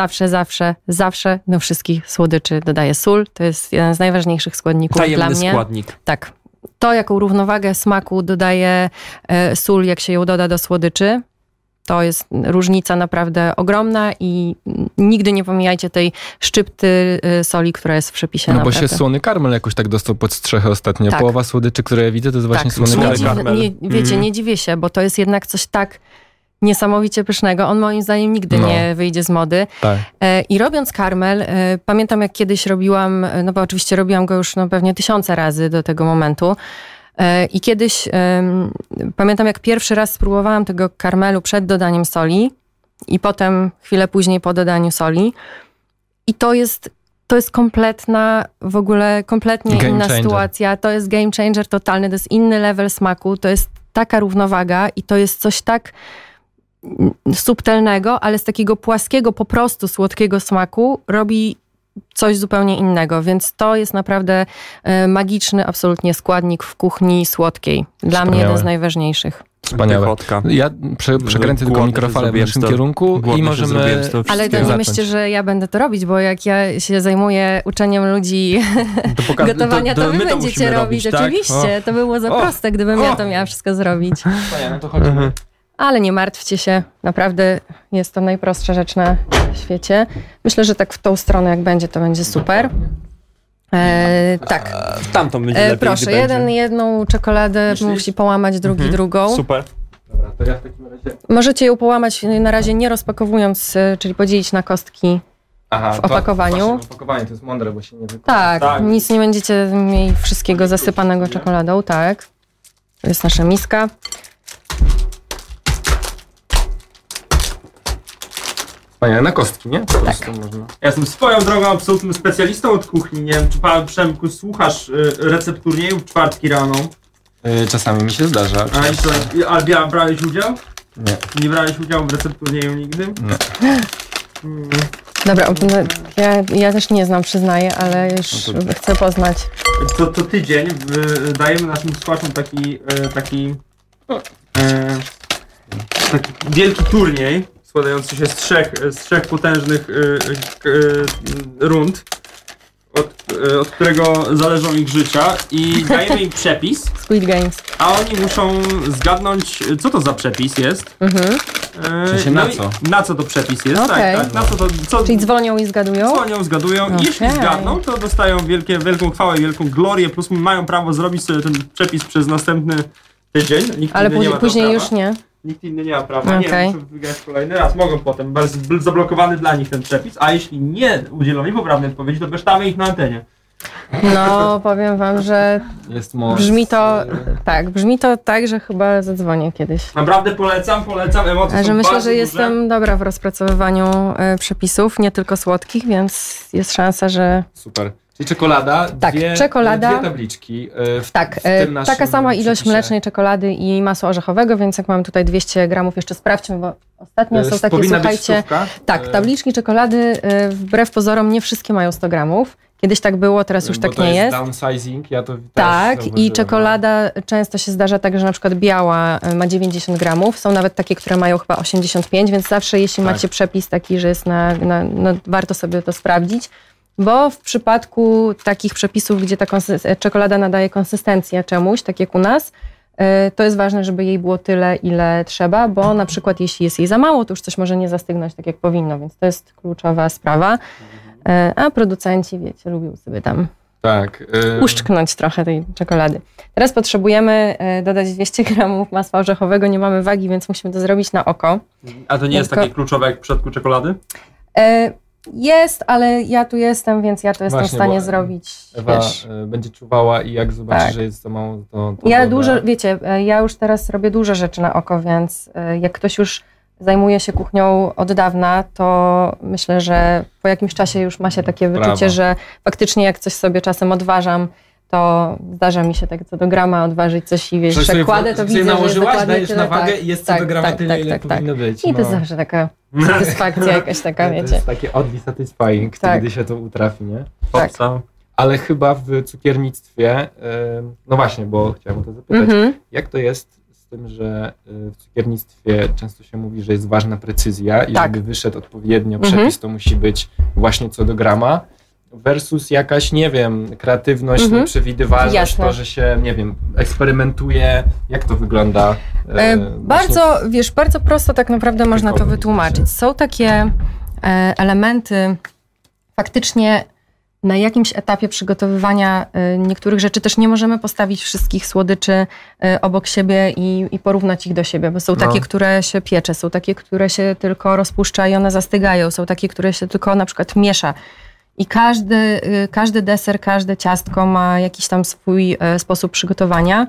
zawsze do wszystkich słodyczy dodaję sól. To jest jeden z najważniejszych składników tajemny dla mnie. Składnik. Tak. to, jaką równowagę smaku dodaje sól, jak się ją doda do słodyczy, to jest różnica naprawdę ogromna i nigdy nie pomijajcie tej szczypty soli, która jest w przepisie. No bo się słony karmel jakoś tak dostał pod strzechę ostatnio. Tak. Połowa słodyczy, które ja widzę, to jest właśnie słony karmel. Wiecie, nie dziwię się, bo to jest jednak coś tak niesamowicie pysznego. On moim zdaniem nigdy nie wyjdzie z mody. Tak. I robiąc karmel, pamiętam jak kiedyś robiłam, no bo oczywiście robiłam go już pewnie 1000 razy do tego momentu. I kiedyś pamiętam jak pierwszy raz spróbowałam tego karmelu przed dodaniem soli i potem chwilę później po dodaniu soli. I to jest kompletna, w ogóle kompletnie inna sytuacja. To jest game changer totalny, to jest inny level smaku, to jest taka równowaga i to jest coś tak subtelnego, ale z takiego płaskiego, po prostu słodkiego smaku robi coś zupełnie innego, więc to jest naprawdę magiczny absolutnie składnik w kuchni słodkiej. Dla mnie jeden z najważniejszych. Wspaniałe. Ja przekręcę tylko mikrofalę w naszym kierunku i możemy... Ale to nie myślcie, że ja będę to robić, bo jak ja się zajmuję uczeniem ludzi gotowania, to wy będziecie robić. Tak? Oczywiście, to by było za proste, gdybym ja to miała wszystko zrobić. Wspaniale, to chodzimy. Ale nie martwcie się, naprawdę jest to najprostsza rzecz na świecie. Myślę, że tak w tą stronę jak będzie, to będzie super. Tak. W tamtą będzie lepiej, proszę, jedną czekoladę musi połamać, drugi drugą. Super. Dobra, to ja w takim razie... Możecie ją połamać na razie nie rozpakowując, czyli podzielić na kostki w opakowaniu. Opakowanie to jest mądre, bo się nie wykłada. Tak, nic nie będziecie mieli wszystkiego zasypanego czekoladą, tak. To jest nasza miska. Wspaniale, na kostki, nie? Tak. Można. Ja jestem swoją drogą absolutnym specjalistą od kuchni. Nie wiem, czy pan Przemku słuchasz recept turniejów czwartki rano? Czasami mi się zdarza. A brałeś udział? Nie. Nie brałeś udziału w recept turnieju nigdy? Nie. Dobra, ja też nie znam, przyznaję, ale już chcę poznać. Co tydzień dajemy naszym słuchaczom taki wielki turniej składający się z trzech potężnych rund, od którego zależą ich życia i dajemy im przepis. Squid Games. A oni muszą zgadnąć, co to za przepis jest. Na co? Na co to przepis jest, okay. Tak. Na co Czyli dzwonią i zgadują? Zgadują. I jeśli zgadną, to dostają wielką chwałę, wielką glorię, plus mają prawo zrobić sobie ten przepis przez następny tydzień. Ale później już nie. Nikt inny nie ma prawa, nie muszę wygrać kolejny raz, mogą potem, był zablokowany dla nich ten przepis, a jeśli nie udzielą mi poprawnej odpowiedzi, to besztamy ich na antenie. No, powiem wam, że brzmi to tak, że chyba zadzwonię kiedyś. Naprawdę polecam, emocje są myślę, że duże. jestem dobra w rozpracowywaniu przepisów, nie tylko słodkich, więc jest szansa, że... Super. Czyli czekolada, czekolada, dwie tabliczki. Taka sama ilość mlecznej czekolady i masła orzechowego, więc jak mamy tutaj 200 gramów, jeszcze sprawdźmy, bo ostatnio są takie, słuchajcie... Tak, tabliczki czekolady, wbrew pozorom, nie wszystkie mają 100 gramów. Kiedyś tak było, teraz już tak nie jest. Downsizing, ja to tak, i czekolada często się zdarza tak, że na przykład biała ma 90 gramów, są nawet takie, które mają chyba 85, więc zawsze jeśli macie przepis taki, że jest warto sobie to sprawdzić, bo w przypadku takich przepisów, gdzie ta czekolada nadaje konsystencję czemuś, tak jak u nas, to jest ważne, żeby jej było tyle, ile trzeba, bo na przykład jeśli jest jej za mało, to już coś może nie zastygnąć tak, jak powinno, więc to jest kluczowa sprawa. A producenci, wiecie, lubią sobie tam uszczknąć trochę tej czekolady. Teraz potrzebujemy dodać 200 gramów masła orzechowego, nie mamy wagi, więc musimy to zrobić na oko. A to nie jest takie kluczowe jak w przypadku czekolady? Jest, ale ja tu jestem, więc ja to jestem w stanie zrobić. Ewa będzie czuwała i jak zobaczy, że jest za mało, to ja ja już teraz robię dużo rzeczy na oko, więc jak ktoś już zajmuje się kuchnią od dawna, to myślę, że po jakimś czasie już ma się takie wyczucie, że faktycznie jak coś sobie czasem odważam, to zdarza mi się tak co do grama odważyć coś i wiesz, że kładę, to widzę, że jest dokładnie dajesz tyle, na wagę i jest co do grama tyle, ile powinno być. I to jest zawsze taka satysfakcja jakaś taka, wiecie. To jest takie oddly satisfying, kiedy się to utrafi, nie? Tak. Ale chyba w cukiernictwie, no właśnie, bo chciałem o to zapytać, jak to jest z tym, że w cukiernictwie często się mówi, że jest ważna precyzja i żeby wyszedł odpowiednio przepis, to musi być właśnie co do grama. versus jakaś, nie wiem, kreatywność, nieprzewidywalność, Jasne. to, że się, nie wiem, eksperymentuje. Jak to wygląda? Bardzo prosto tak naprawdę można to wytłumaczyć. Są takie elementy faktycznie na jakimś etapie przygotowywania niektórych rzeczy też nie możemy postawić wszystkich słodyczy obok siebie i porównać ich do siebie, bo są takie, które się piecze, są takie, które się tylko rozpuszcza i one zastygają, są takie, które się tylko na przykład miesza. I każdy deser, każde ciastko ma jakiś tam swój sposób przygotowania,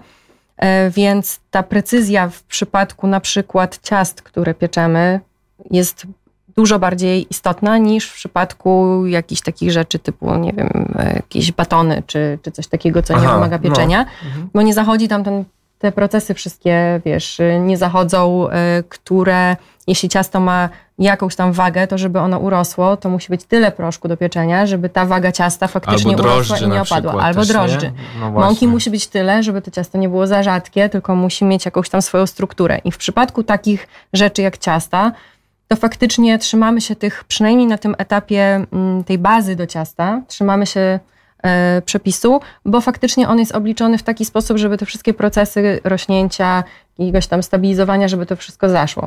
więc ta precyzja w przypadku na przykład ciast, które pieczemy, jest dużo bardziej istotna niż w przypadku jakichś takich rzeczy typu, nie wiem, jakieś batony czy coś takiego, co nie wymaga pieczenia, bo nie zachodzi tam te procesy wszystkie, nie zachodzą, które jeśli ciasto ma jakąś tam wagę, to żeby ono urosło, to musi być tyle proszku do pieczenia, żeby ta waga ciasta faktycznie urosła i nie opadła. Albo drożdży. Nie? No mąki musi być tyle, żeby to ciasto nie było za rzadkie, tylko musi mieć jakąś tam swoją strukturę. I w przypadku takich rzeczy jak ciasta, to faktycznie trzymamy się przynajmniej na tym etapie tej bazy do ciasta, trzymamy się przepisu, bo faktycznie on jest obliczony w taki sposób, żeby te wszystkie procesy rośnięcia, jakiegoś tam stabilizowania, żeby to wszystko zaszło.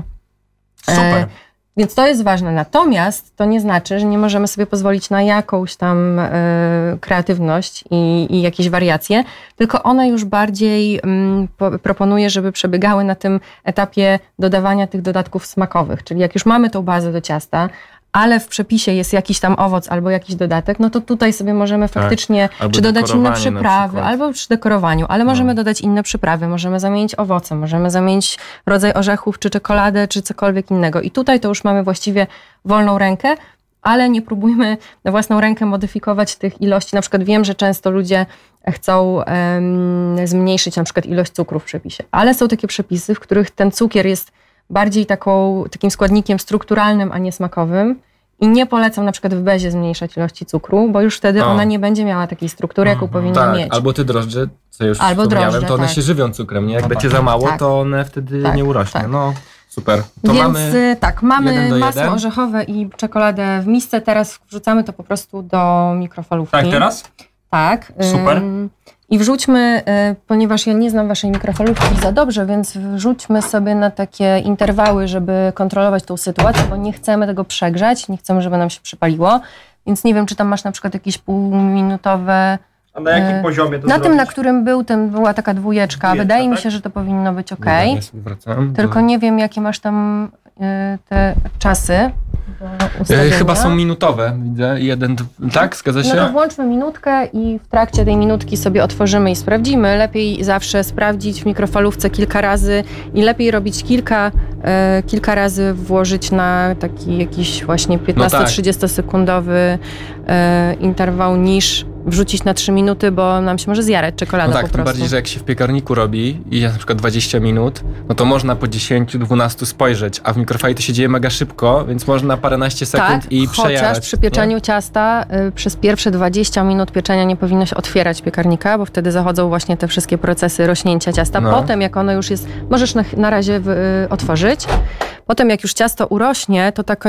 Super. Więc to jest ważne. Natomiast to nie znaczy, że nie możemy sobie pozwolić na jakąś tam kreatywność i jakieś wariacje, tylko one już bardziej proponuję, żeby przebiegały na tym etapie dodawania tych dodatków smakowych. Czyli jak już mamy tą bazę do ciasta, ale w przepisie jest jakiś tam owoc albo jakiś dodatek, no to tutaj sobie możemy faktycznie czy dodać inne przyprawy, albo przy dekorowaniu, ale możemy dodać inne przyprawy, możemy zamienić owoce, możemy zamienić rodzaj orzechów, czy czekoladę, czy cokolwiek innego. I tutaj to już mamy właściwie wolną rękę, ale nie próbujmy na własną rękę modyfikować tych ilości. Na przykład wiem, że często ludzie chcą zmniejszyć na przykład ilość cukru w przepisie, ale są takie przepisy, w których ten cukier jest bardziej takim składnikiem strukturalnym, a nie smakowym. I nie polecam na przykład w bezie zmniejszać ilości cukru, bo już wtedy ona nie będzie miała takiej struktury, jaką powinna mieć. Albo te drożdże, co już wspomniałem, to one się żywią cukrem, nie? Jak będzie za mało, to one wtedy nie urośnie. No, super. To więc mamy masło orzechowe i czekoladę w misce. Teraz wrzucamy to po prostu do mikrofalówki. Tak, teraz? Tak. Super. I wrzućmy, ponieważ ja nie znam waszej mikrofalówki za dobrze, więc wrzućmy sobie na takie interwały, żeby kontrolować tą sytuację, bo nie chcemy tego przegrzać, nie chcemy, żeby nam się przypaliło. Więc nie wiem, czy tam masz na przykład jakieś półminutowe... A na jakim poziomie to Na zrobić? tym, na którym była taka dwójeczka. Wydaje mi się, że to powinno być ok. Tylko nie wiem, jakie masz tam te czasy do ustawienia. Chyba są minutowe, widzę. Tak, zgadza się? No to włączmy minutkę i w trakcie tej minutki sobie otworzymy i sprawdzimy. Lepiej zawsze sprawdzić w mikrofalówce kilka razy i lepiej robić kilka razy włożyć na taki jakiś właśnie 15-30 sekundowy interwał niż wrzucić na 3 minuty, bo nam się może zjarać czekolada po prostu. Tym bardziej, że jak się w piekarniku robi i jest na przykład 20 minut, no to można po 10-12 spojrzeć, a w mikrofali to się dzieje mega szybko, więc można paręnaście sekund i przejarać. Chociaż przy pieczeniu ciasta przez pierwsze 20 minut pieczenia nie powinno się otwierać piekarnika, bo wtedy zachodzą właśnie te wszystkie procesy rośnięcia ciasta. Potem jak ono już jest, możesz na razie otworzyć. Potem jak już ciasto urośnie, to ta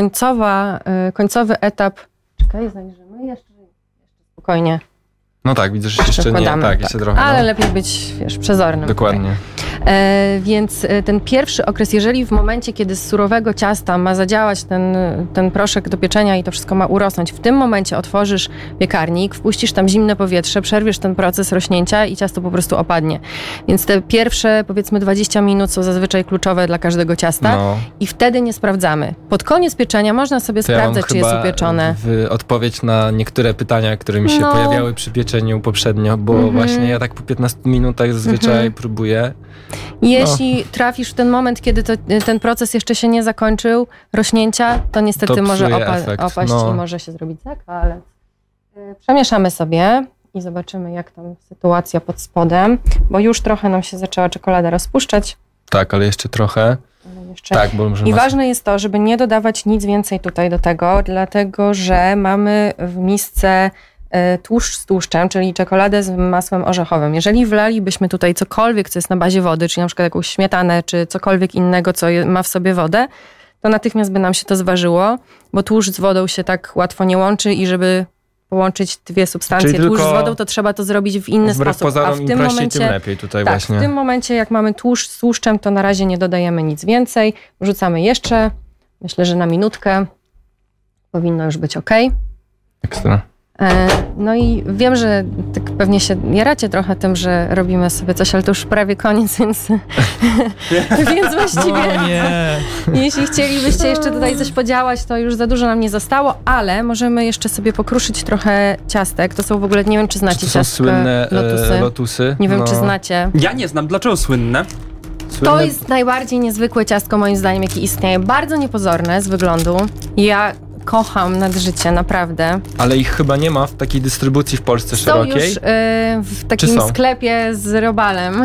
końcowy etap... Czekaj, zajrzymy jeszcze spokojnie. No tak, widzę, że jeszcze nie, jeszcze trochę. Ale lepiej być, przezornym. Dokładnie. Więc ten pierwszy okres, jeżeli w momencie, kiedy z surowego ciasta ma zadziałać ten proszek do pieczenia i to wszystko ma urosnąć, w tym momencie otworzysz piekarnik, wpuścisz tam zimne powietrze, przerwiesz ten proces rośnięcia i ciasto po prostu opadnie. Więc te pierwsze, powiedzmy 20 minut są zazwyczaj kluczowe dla każdego ciasta i wtedy nie sprawdzamy. Pod koniec pieczenia można sobie sprawdzać, czy jest upieczone. Odpowiedź na niektóre pytania, które mi się pojawiały przy pieczeniu poprzednio, bo właśnie ja tak po 15 minutach zazwyczaj próbuję. Jeśli trafisz w ten moment, kiedy ten proces jeszcze się nie zakończył, rośnięcia, to niestety może opaść i może się zrobić zakal. Przemieszamy sobie i zobaczymy, jak tam sytuacja pod spodem, bo już trochę nam się zaczęła czekolada rozpuszczać. Tak, ale jeszcze trochę. Tak, bo I ważne jest to, żeby nie dodawać nic więcej tutaj do tego, dlatego że mamy w misce tłuszcz z tłuszczem, czyli czekoladę z masłem orzechowym. Jeżeli wlalibyśmy tutaj cokolwiek, co jest na bazie wody, czyli na przykład jakąś śmietanę, czy cokolwiek innego, co ma w sobie wodę, to natychmiast by nam się to zważyło, bo tłuszcz z wodą się tak łatwo nie łączy i żeby połączyć dwie substancje, Czyli tłuszcz z tylko wodą, to trzeba to zrobić w inny Wbrew sposób. pozorom, A w im tym prościej, momencie, tym lepiej tutaj tak, właśnie. w tym momencie, jak mamy tłuszcz z tłuszczem, to na razie nie dodajemy nic więcej. Wrzucamy jeszcze, myślę, że na minutkę powinno już być ok. Ekstra. No i wiem, że tak pewnie się jaracie trochę tym, że robimy sobie coś, ale to już prawie koniec, więc właściwie nie. jeśli chcielibyście jeszcze tutaj coś podziałać, to już za dużo nam nie zostało, ale możemy jeszcze sobie pokruszyć trochę ciastek. To są w ogóle, nie wiem, czy znacie To są ciastka słynne lotusy. Nie wiem, czy znacie. Ja nie znam. Dlaczego słynne? To jest najbardziej niezwykłe ciastko, moim zdaniem, jakie istnieje. Bardzo niepozorne z wyglądu. Ja kocham nad życie, naprawdę. Ale ich chyba nie ma w takiej dystrybucji w Polsce Są szerokiej. już w takim sklepie z robalem.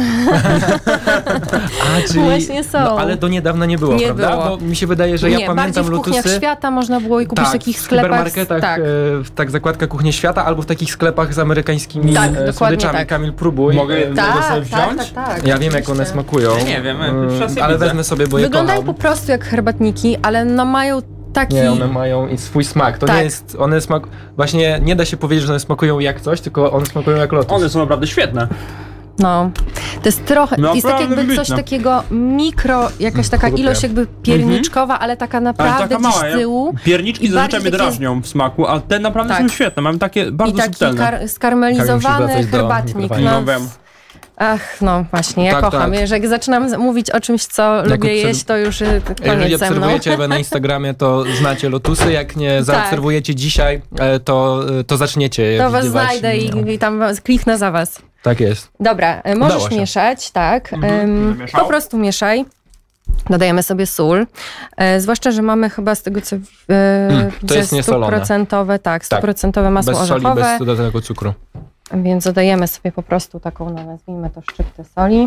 Czyli, właśnie są. No, ale do niedawna nie było, Nie prawda? było. Bo mi się wydaje, że ja pamiętam w lotusy. kuchniach świata można było je kupić w takich w sklepach. supermarketach, Tak. Tak, zakładka Kuchnie Świata, albo w takich sklepach z amerykańskimi Tak, dokładnie słodyczami. tak. Kamil, próbuj. Mogę sobie wziąć? Tak. Ja wiem, jak one smakują. Ja nie wiem, ale wezmę sobie, bo je Wyglądają kocham. po prostu jak herbatniki, ale no mają taki... Nie, one mają i swój smak. To Tak. nie jest, właśnie nie da się powiedzieć, że one smakują jak coś, tylko one smakują jak lotus. One są naprawdę świetne. No, to jest trochę, No, jest tak jakby wybitne. coś takiego jakaś taka Lubię. ilość jakby pierniczkowa, ale taka naprawdę taka gdzieś mała, z tyłu. Pierniczki I zazwyczaj bardziej mnie takie- drażnią w smaku, a te naprawdę Tak. są świetne. Mam takie bardzo I taki subtelne. Kamil musi skarmelizowany wracać do herbatnik. mikrofonu. No, No wiem. ach, no właśnie, ja Tak, kocham. tak. Że jak zaczynam mówić o czymś, co lubię jeść, to już Jeżeli koniec ze mną. obserwujecie Ewę na Instagramie, to znacie lotusy. Jak nie zaobserwujecie dzisiaj, to zaczniecie je To was widywać. znajdę i tam kliknę za was. Tak jest. Dobra, Udało możesz się. mieszać, tak. Będę mieszał? Po prostu mieszaj. Dodajemy sobie sól. Zwłaszcza, że mamy chyba z tego, co to jest niesolone. 100%, tak, 100% masło Bez soli, orzechowe. bez dodatkoego cukru. Więc dodajemy sobie po prostu taką, no, nazwijmy to szczyptę soli.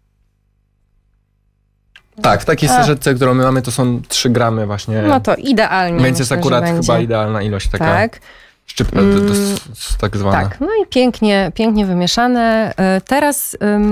Tak, w takiej serzetce, którą my mamy, to są 3 gramy właśnie. No to idealnie. Więc jest myślę, akurat że chyba będzie. idealna ilość taka. Tak. Szczypta, tak zwana. Tak, no i pięknie wymieszane. Teraz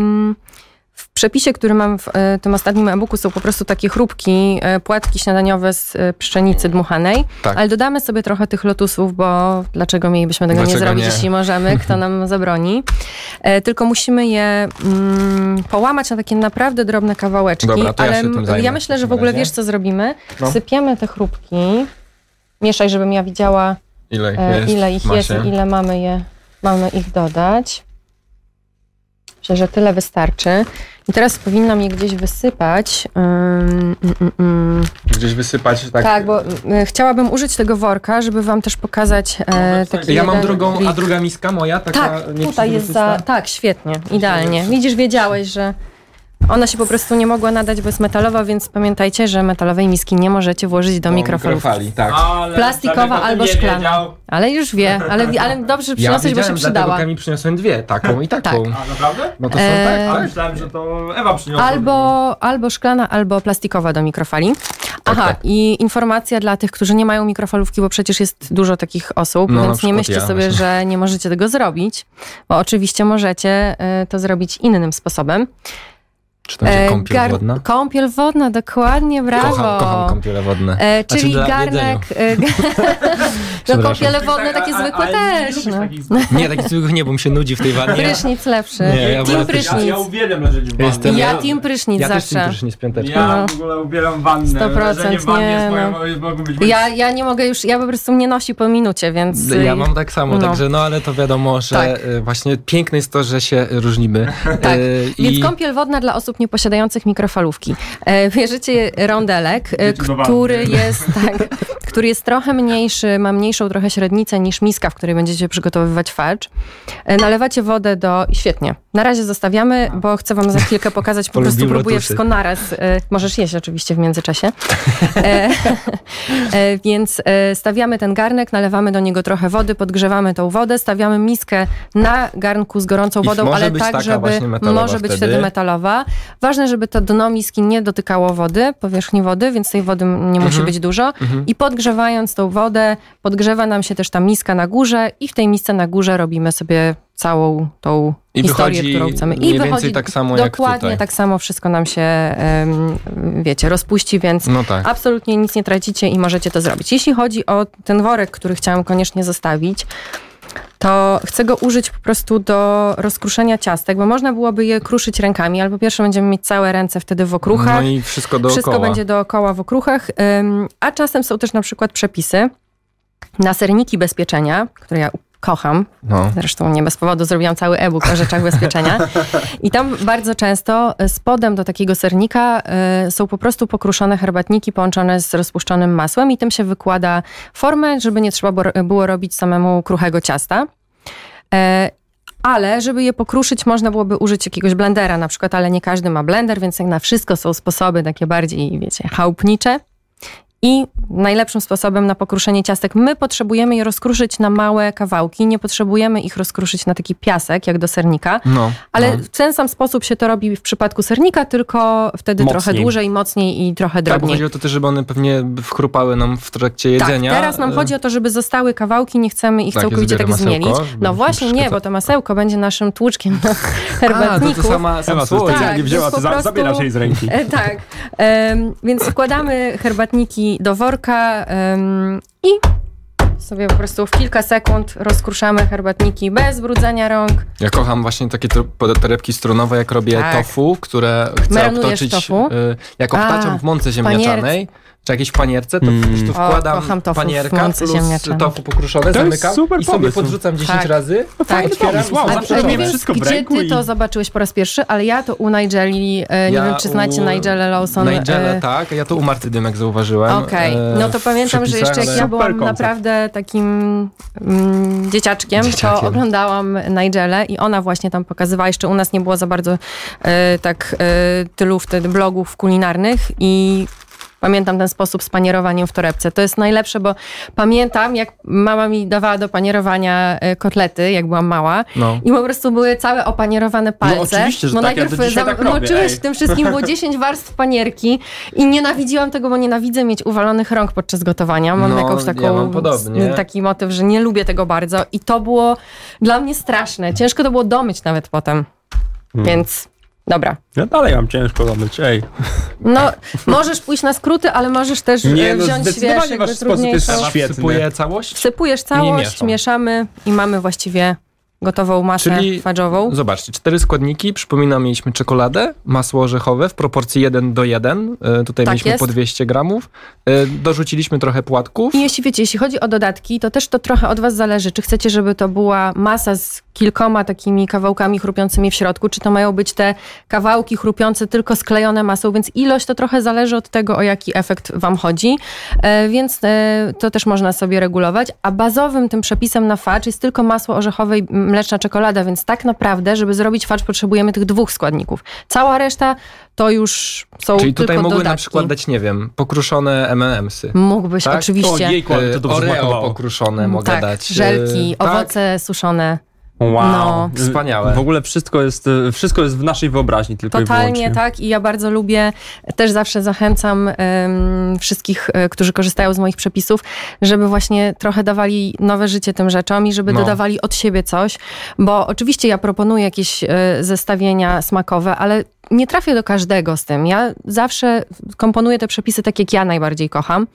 w przepisie, który mam w tym ostatnim e-booku, są po prostu takie chrupki, płatki śniadaniowe z pszenicy dmuchanej, Tak. ale dodamy sobie trochę tych lotusów, bo dlaczego mielibyśmy tego nie Dlaczego zrobić, nie? jeśli możemy, kto nam zabroni. Tylko musimy je połamać na takie naprawdę drobne kawałeczki, Dobra, to ja ale się tym zajmę ja myślę, w że w takim ogóle razie. wiesz, co zrobimy? No. Sypiemy te chrupki, mieszaj, żebym ja widziała, Ile ich jest? ile ich jest i ile mamy ich dodać. Myślę, że tyle wystarczy. I teraz powinnam je gdzieś wysypać. Gdzieś wysypać, tak? Tak, bo chciałabym użyć tego worka, żeby wam też pokazać taki Ja mam jeden drugą, plik. a druga miska moja, taka Tak, tutaj jest tak, świetnie, idealnie. Widzisz, wiedziałeś, że ona się po prostu nie mogła nadać, bo jest metalowa, więc pamiętajcie, że metalowej miski nie możecie włożyć do mikrofali. Tak. Plastikowa albo szklana. Ale już wie, ale dobrze Ja przyniosłeś, bo się wiedziałem, dlatego przydała. Kamil przyniosłem 2, taką i taką. Tak. A naprawdę? No to są tak? Myślałem, że to Ewa przyniosła. Albo szklana, albo plastikowa do mikrofali. Aha, tak. i informacja dla tych, którzy nie mają mikrofalówki, bo przecież jest dużo takich osób, No, na więc nie przykład myślcie ja sobie, właśnie. że nie możecie tego zrobić, bo oczywiście możecie to zrobić innym sposobem. Czy to będzie kąpiel wodna? Kąpiel wodna, dokładnie, brawo. Kocham kąpiele wodne. Czyli dla garnek. No kąpiele wodne takie zwykłe też. No. Nie, takich zwykłych nie, bo mi się nudzi w tej wannie. Prysznic lepszy. Nie, ja Team wolę prysznic. Ja uwielbiam leżeć w wannie. Jestem- Ja team prysznic Ja też zawsze. tym prysznic piąteczkę. Ja w ogóle uwielbiam wannę. 100%, Leżenie w wannie nie, mogą być Ja nie mogę już, ja po prostu mnie nosi po minucie, więc... Ja mam tak samo, No. także no ale to wiadomo, że Tak. właśnie piękne jest to, że się różnimy. Tak, więc i kąpiel wodna dla osób nieposiadających mikrofalówki. Bierzecie rondelek, Wiecie, który jest trochę mniejszy, ma mniejszą trochę średnicę niż miska, w której będziecie przygotowywać farsz. Nalewacie wodę do... Świetnie. Na razie zostawiamy, bo chcę wam za chwilkę pokazać, po prostu Polubił próbuję lotusy. wszystko naraz. Możesz jeść oczywiście w międzyczasie. Więc stawiamy ten garnek, nalewamy do niego trochę wody, podgrzewamy tą wodę, stawiamy miskę na garnku z gorącą I wodą, może ale być tak, taka żeby właśnie metalowa może być wtedy. wtedy metalowa. Ważne, żeby to dno miski nie dotykało wody, powierzchni wody, więc tej wody nie musi być dużo. I podgrzewając tą wodę, podgrzewa nam się też ta miska na górze i w tej misce na górze robimy sobie całą tą I historię, wychodzi którą chcemy. mniej więcej tak samo jak dokładnie tutaj. tak samo wszystko nam się, wiecie, rozpuści, więc No tak. absolutnie nic nie tracicie i możecie to zrobić. Jeśli chodzi o ten worek, który chciałam koniecznie zostawić, to chcę go użyć po prostu do rozkruszenia ciastek, bo można byłoby je kruszyć rękami, ale po pierwsze będziemy mieć całe ręce wtedy w okruchach. No i wszystko dookoła. Wszystko będzie dookoła w okruchach, a czasem są też na przykład przepisy na serniki bezpieczenia, które ja kocham. No. Zresztą nie bez powodu zrobiłam cały e-book o rzeczach bezpieczenia. I tam bardzo często spodem do takiego sernika są po prostu pokruszone herbatniki połączone z rozpuszczonym masłem i tym się wykłada formę, żeby nie trzeba było robić samemu kruchego ciasta. Ale żeby je pokruszyć, można byłoby użyć jakiegoś blendera na przykład, ale nie każdy ma blender, więc jak na wszystko są sposoby takie bardziej, wiecie, chałupnicze. I najlepszym sposobem na pokruszenie ciastek, my potrzebujemy je rozkruszyć na małe kawałki, nie potrzebujemy ich rozkruszyć na taki piasek, jak do sernika, ale w ten sam sposób się to robi w przypadku sernika, tylko wtedy mocniej. Trochę dłużej, mocniej i trochę drobniej. Tak, bo chodzi o to też, żeby one pewnie wchrupały nam w trakcie jedzenia. Tak, teraz nam chodzi o to, żeby zostały kawałki, nie chcemy ich całkowicie tak zmielić. No właśnie nie, bo to masełko będzie naszym tłuczkiem na herbatniku. To sama słowo. Tak, nie wzięła, to zabierasz jej z ręki. Tak, więc wkładamy herbatniki do worka i sobie po prostu w kilka sekund rozkruszamy herbatniki bez brudzenia rąk. Ja kocham właśnie takie torebki strunowe, jak robię tofu, które chcę Marynujesz obtoczyć. Tofu? Jak obtaczam w mące ziemniaczanej, czy jakieś panierce, to po prostu wkładam panierka plus tofu pokruszone, zamykam i sobie podrzucam 10 razy. Tak, otwieram. Zawsze nie wiem, gdzie ty to zobaczyłeś po raz pierwszy, ale ja to u Nigeli, nie wiem, czy znacie Nigelę Lawson. Nigelę, tak, ja to u Marty Dymek zauważyłem. Okej, no to pamiętam, że jeszcze jak ja byłam naprawdę takim dzieciaczkiem, to oglądałam Nigelę i ona właśnie tam pokazywała, jeszcze u nas nie było za bardzo tylu wtedy blogów kulinarnych i pamiętam ten sposób z panierowaniem w torebce. To jest najlepsze, bo pamiętam, jak mama mi dawała do panierowania kotlety, jak byłam mała. I po prostu były całe opanierowane palce. No oczywiście, że tak, najpierw zamoczyłeś w tym wszystkim, było 10 warstw panierki i nienawidziłam tego, bo nienawidzę mieć uwalonych rąk podczas gotowania. Mam jakąś taką, taki motyw, że nie lubię tego bardzo i to było dla mnie straszne. Ciężko to było domyć nawet potem. Więc... Dobra. Ja dalej mam ciężko domyć, No, możesz pójść na skróty, ale możesz też wziąć, wiesz, jakby trudniejszą. Wsypuję całość? Wsypujesz całość, mieszamy i mamy właściwie gotową masę fudge'ową. Zobaczcie, 4 składniki. Przypominam, mieliśmy czekoladę, masło orzechowe w proporcji 1:1. Tutaj mieliśmy po 200 gramów. Dorzuciliśmy trochę płatków. I jeśli chodzi o dodatki, to też to trochę od was zależy. Czy chcecie, żeby to była masa z kilkoma takimi kawałkami chrupiącymi w środku, czy to mają być te kawałki chrupiące tylko sklejone masą, więc ilość to trochę zależy od tego, o jaki efekt wam chodzi. Więc to też można sobie regulować. A bazowym tym przepisem na fudge jest tylko masło orzechowe i mleczna czekolada, więc tak naprawdę, żeby zrobić fudge, potrzebujemy tych 2 składników. Cała reszta to już są Czyli tylko tutaj mogły dodatki. Na przykład dać, nie wiem, pokruszone M&M'sy. Mógłbyś, tak? oczywiście. Oreo pokruszone mogę dać. Żelki, owoce suszone. Wow, no. Wspaniałe. W ogóle wszystko jest w naszej wyobraźni tylko totalnie i wyłącznie. Tak i ja bardzo lubię, też zawsze zachęcam wszystkich, którzy korzystają z moich przepisów, żeby właśnie trochę dawali nowe życie tym rzeczom i żeby dodawali od siebie coś, bo oczywiście ja proponuję jakieś zestawienia smakowe, ale nie trafię do każdego z tym. Ja zawsze komponuję te przepisy tak, jak ja najbardziej kocham.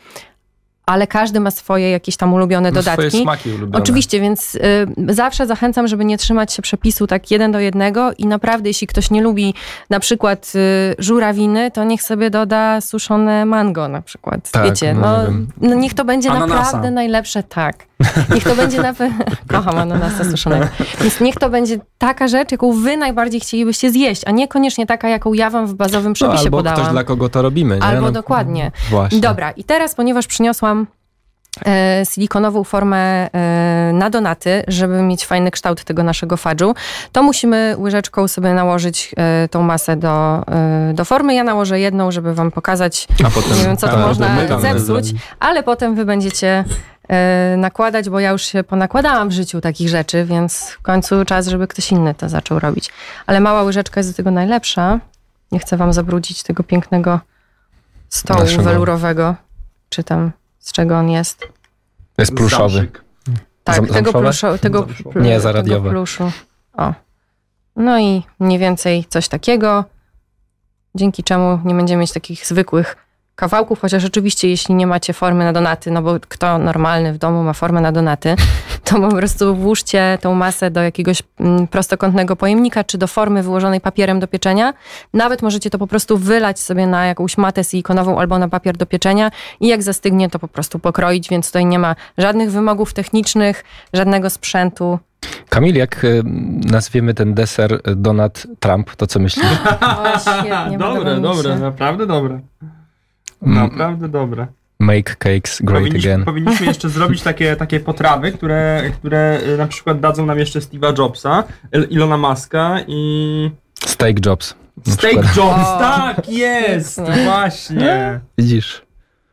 Ale każdy ma swoje jakieś tam ulubione dodatki. Swoje smaki ulubione. Oczywiście, więc zawsze zachęcam, żeby nie trzymać się przepisu tak 1:1 i naprawdę, jeśli ktoś nie lubi na przykład żurawiny, to niech sobie doda suszone mango na przykład. Tak, wiecie, no niech to będzie naprawdę najlepsze, tak. Niech to będzie kocham ananasa suszonego. Więc niech to będzie taka rzecz, jaką wy najbardziej chcielibyście zjeść, a niekoniecznie taka, jaką ja wam w bazowym przepisie albo podałam. Ktoś, dla kogo to robimy, nie? Albo dokładnie. Właśnie. Dobra, i teraz, ponieważ przyniosłam silikonową formę na donaty, żeby mieć fajny kształt tego naszego fudge'u, to musimy łyżeczką sobie nałożyć tą masę do formy. Ja nałożę jedną, żeby wam pokazać, a potem, nie wiem, co to można zepsuć, ale potem wy będziecie nakładać, bo ja już się ponakładałam w życiu takich rzeczy, więc w końcu czas, żeby ktoś inny to zaczął robić. Ale mała łyżeczka jest do tego najlepsza. Nie chcę wam zabrudzić tego pięknego stołu welurowego, czy tam z czego on jest. Jest pluszowy. Tak, tego nie, zaradiowe. pluszu. O. No i mniej więcej coś takiego, dzięki czemu nie będziemy mieć takich zwykłych kawałków, chociaż oczywiście jeśli nie macie formy na donaty, no bo kto normalny w domu ma formę na donaty, to po prostu włóżcie tą masę do jakiegoś prostokątnego pojemnika, czy do formy wyłożonej papierem do pieczenia. Nawet możecie to po prostu wylać sobie na jakąś matę silikonową albo na papier do pieczenia i jak zastygnie, to po prostu pokroić, więc tutaj nie ma żadnych wymogów technicznych, żadnego sprzętu. Kamil, jak nazwiemy ten deser Donald Trump, to co myślisz? O, świetnie. Dobre, naprawdę dobre. Naprawdę dobre. Make cakes great again. Powinniśmy jeszcze zrobić takie potrawy, które na przykład dadzą nam jeszcze Steve'a Jobsa, Ilona Muska i... Steak Jobs. Steak Jobs, tak jest! Właśnie. Widzisz?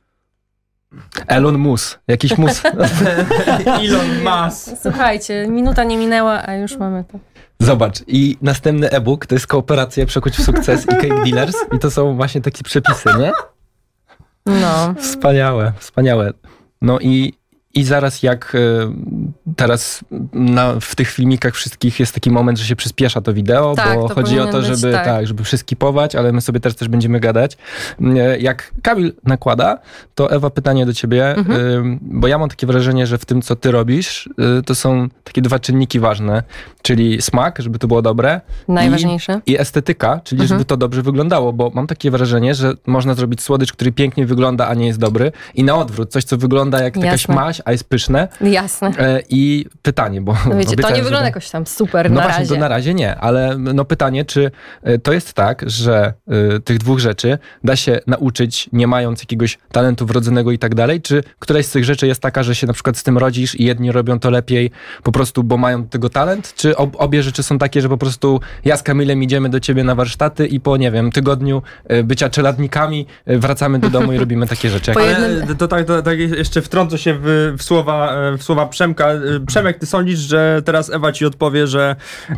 Elon Musk. Jakiś mus. Elon Musk. Słuchajcie, minuta nie minęła, a już mamy to. Zobacz, i następny e-book to jest kooperacja Przekuć w sukces i Cake Dealers i to są właśnie takie przepisy, nie? No. Wspaniałe. No i zaraz jak teraz w tych filmikach wszystkich jest taki moment, że się przyspiesza to wideo, tak, bo to chodzi o to, być, żeby żeby przyskipować, ale my sobie też będziemy gadać. Jak Kamil nakłada, to Ewa, pytanie do ciebie, bo ja mam takie wrażenie, że w tym, co ty robisz, to są takie dwa czynniki ważne, czyli smak, żeby to było dobre. Najważniejsze. I estetyka, czyli żeby to dobrze wyglądało, bo mam takie wrażenie, że można zrobić słodycz, który pięknie wygląda, a nie jest dobry i na odwrót, coś, co wygląda jak jakaś maź, a jest pyszne. Jasne. I pytanie, bo... No wiecie, to nie wygląda jakoś tam super na razie. To na razie nie, ale no pytanie, czy to jest tak, że tych dwóch rzeczy da się nauczyć, nie mając jakiegoś talentu wrodzonego i tak dalej, czy któraś z tych rzeczy jest taka, że się na przykład z tym rodzisz i jedni robią to lepiej po prostu, bo mają do tego talent, czy obie rzeczy są takie, że po prostu ja z Kamilem idziemy do ciebie na warsztaty i po, nie wiem, tygodniu bycia czeladnikami wracamy do domu i robimy takie rzeczy. Ale to tak jeszcze wtrącę się w słowa Przemka. Przemek, ty sądzisz, że teraz Ewa ci odpowie, że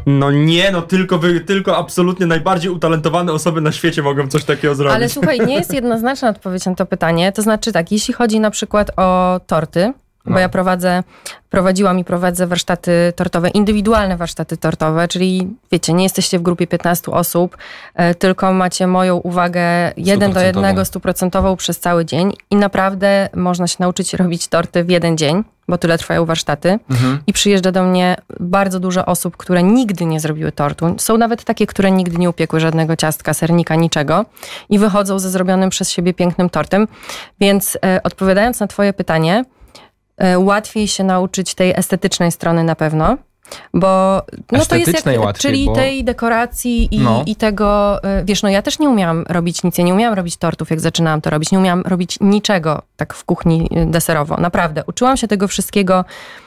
tylko absolutnie najbardziej utalentowane osoby na świecie mogą coś takiego zrobić. Ale słuchaj, nie jest jednoznaczna odpowiedź na to pytanie. To znaczy tak, jeśli chodzi na przykład o torty, bo ja prowadziłam i prowadzę warsztaty tortowe, indywidualne warsztaty tortowe, czyli wiecie, nie jesteście w grupie 15 osób, tylko macie moją uwagę 1 do 1 100% przez cały dzień i naprawdę można się nauczyć robić torty w jeden dzień, bo tyle trwają warsztaty i przyjeżdża do mnie bardzo dużo osób, które nigdy nie zrobiły tortu. Są nawet takie, które nigdy nie upiekły żadnego ciastka, sernika, niczego i wychodzą ze zrobionym przez siebie pięknym tortem. Więc odpowiadając na twoje pytanie, łatwiej się nauczyć tej estetycznej strony na pewno, bo to jest czyli tej dekoracji i tego, wiesz, ja też nie umiałam robić nic, ja nie umiałam robić tortów, jak zaczynałam to robić, nie umiałam robić niczego tak w kuchni deserowo, naprawdę. Uczyłam się tego wszystkiego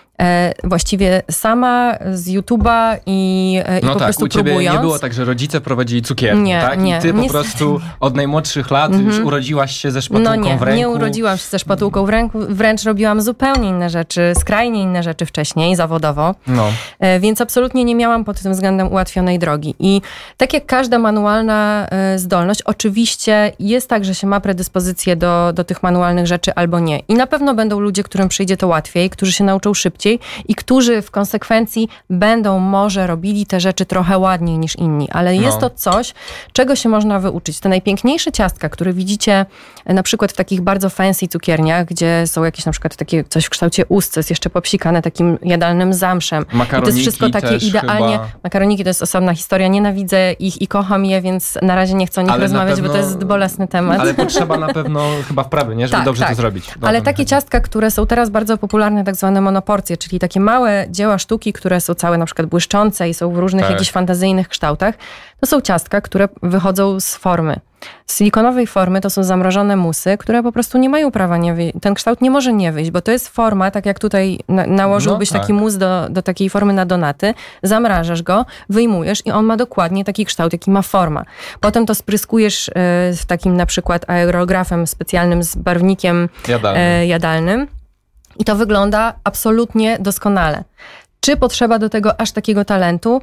właściwie sama z YouTube'a i po prostu u ciebie próbując. Nie było tak, że rodzice prowadzili cukiernię, tak? Nie, i ty po prostu od najmłodszych lat już urodziłaś się ze szpatułką w ręku. Nie urodziłam się ze szpatułką w ręku, wręcz robiłam zupełnie inne rzeczy, skrajnie inne rzeczy wcześniej, zawodowo. Więc absolutnie nie miałam pod tym względem ułatwionej drogi. I tak jak każda manualna zdolność, oczywiście jest tak, że się ma predyspozycję do tych manualnych rzeczy albo nie. I na pewno będą ludzie, którym przyjdzie to łatwiej, którzy się nauczą szybciej i którzy w konsekwencji będą może robili te rzeczy trochę ładniej niż inni, ale jest to coś, czego się można wyuczyć. Te najpiękniejsze ciastka, które widzicie na przykład w takich bardzo fancy cukierniach, gdzie są jakieś na przykład takie coś w kształcie ust, co jest jeszcze popsikane takim jadalnym zamszem. Makaroniki i to jest wszystko takie idealnie. Chyba... Makaroniki to jest osobna historia, nienawidzę ich i kocham je, więc na razie nie chcę o nich rozmawiać, bo to jest bolesny temat. Ale potrzeba na pewno chyba wprawy, nie? Żeby dobrze to zrobić. Ale takie ciastka, które są teraz bardzo popularne, tak zwane monoporcje, czyli takie małe dzieła sztuki, które są całe na przykład błyszczące i są w różnych jakichś fantazyjnych kształtach, to są ciastka, które wychodzą z formy. Z silikonowej formy to są zamrożone musy, które po prostu nie mają prawa nie wyjść. Ten kształt nie może nie wyjść, bo to jest forma, tak jak tutaj nałożyłbyś taki mus do takiej formy na donaty, zamrażasz go, wyjmujesz i on ma dokładnie taki kształt, jaki ma forma. Potem to spryskujesz w takim na przykład aerografem specjalnym z barwnikiem jadalnym. I to wygląda absolutnie doskonale. Czy potrzeba do tego aż takiego talentu?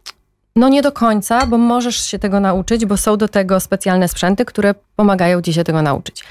No nie do końca, bo możesz się tego nauczyć, bo są do tego specjalne sprzęty, które pomagają ci się tego nauczyć.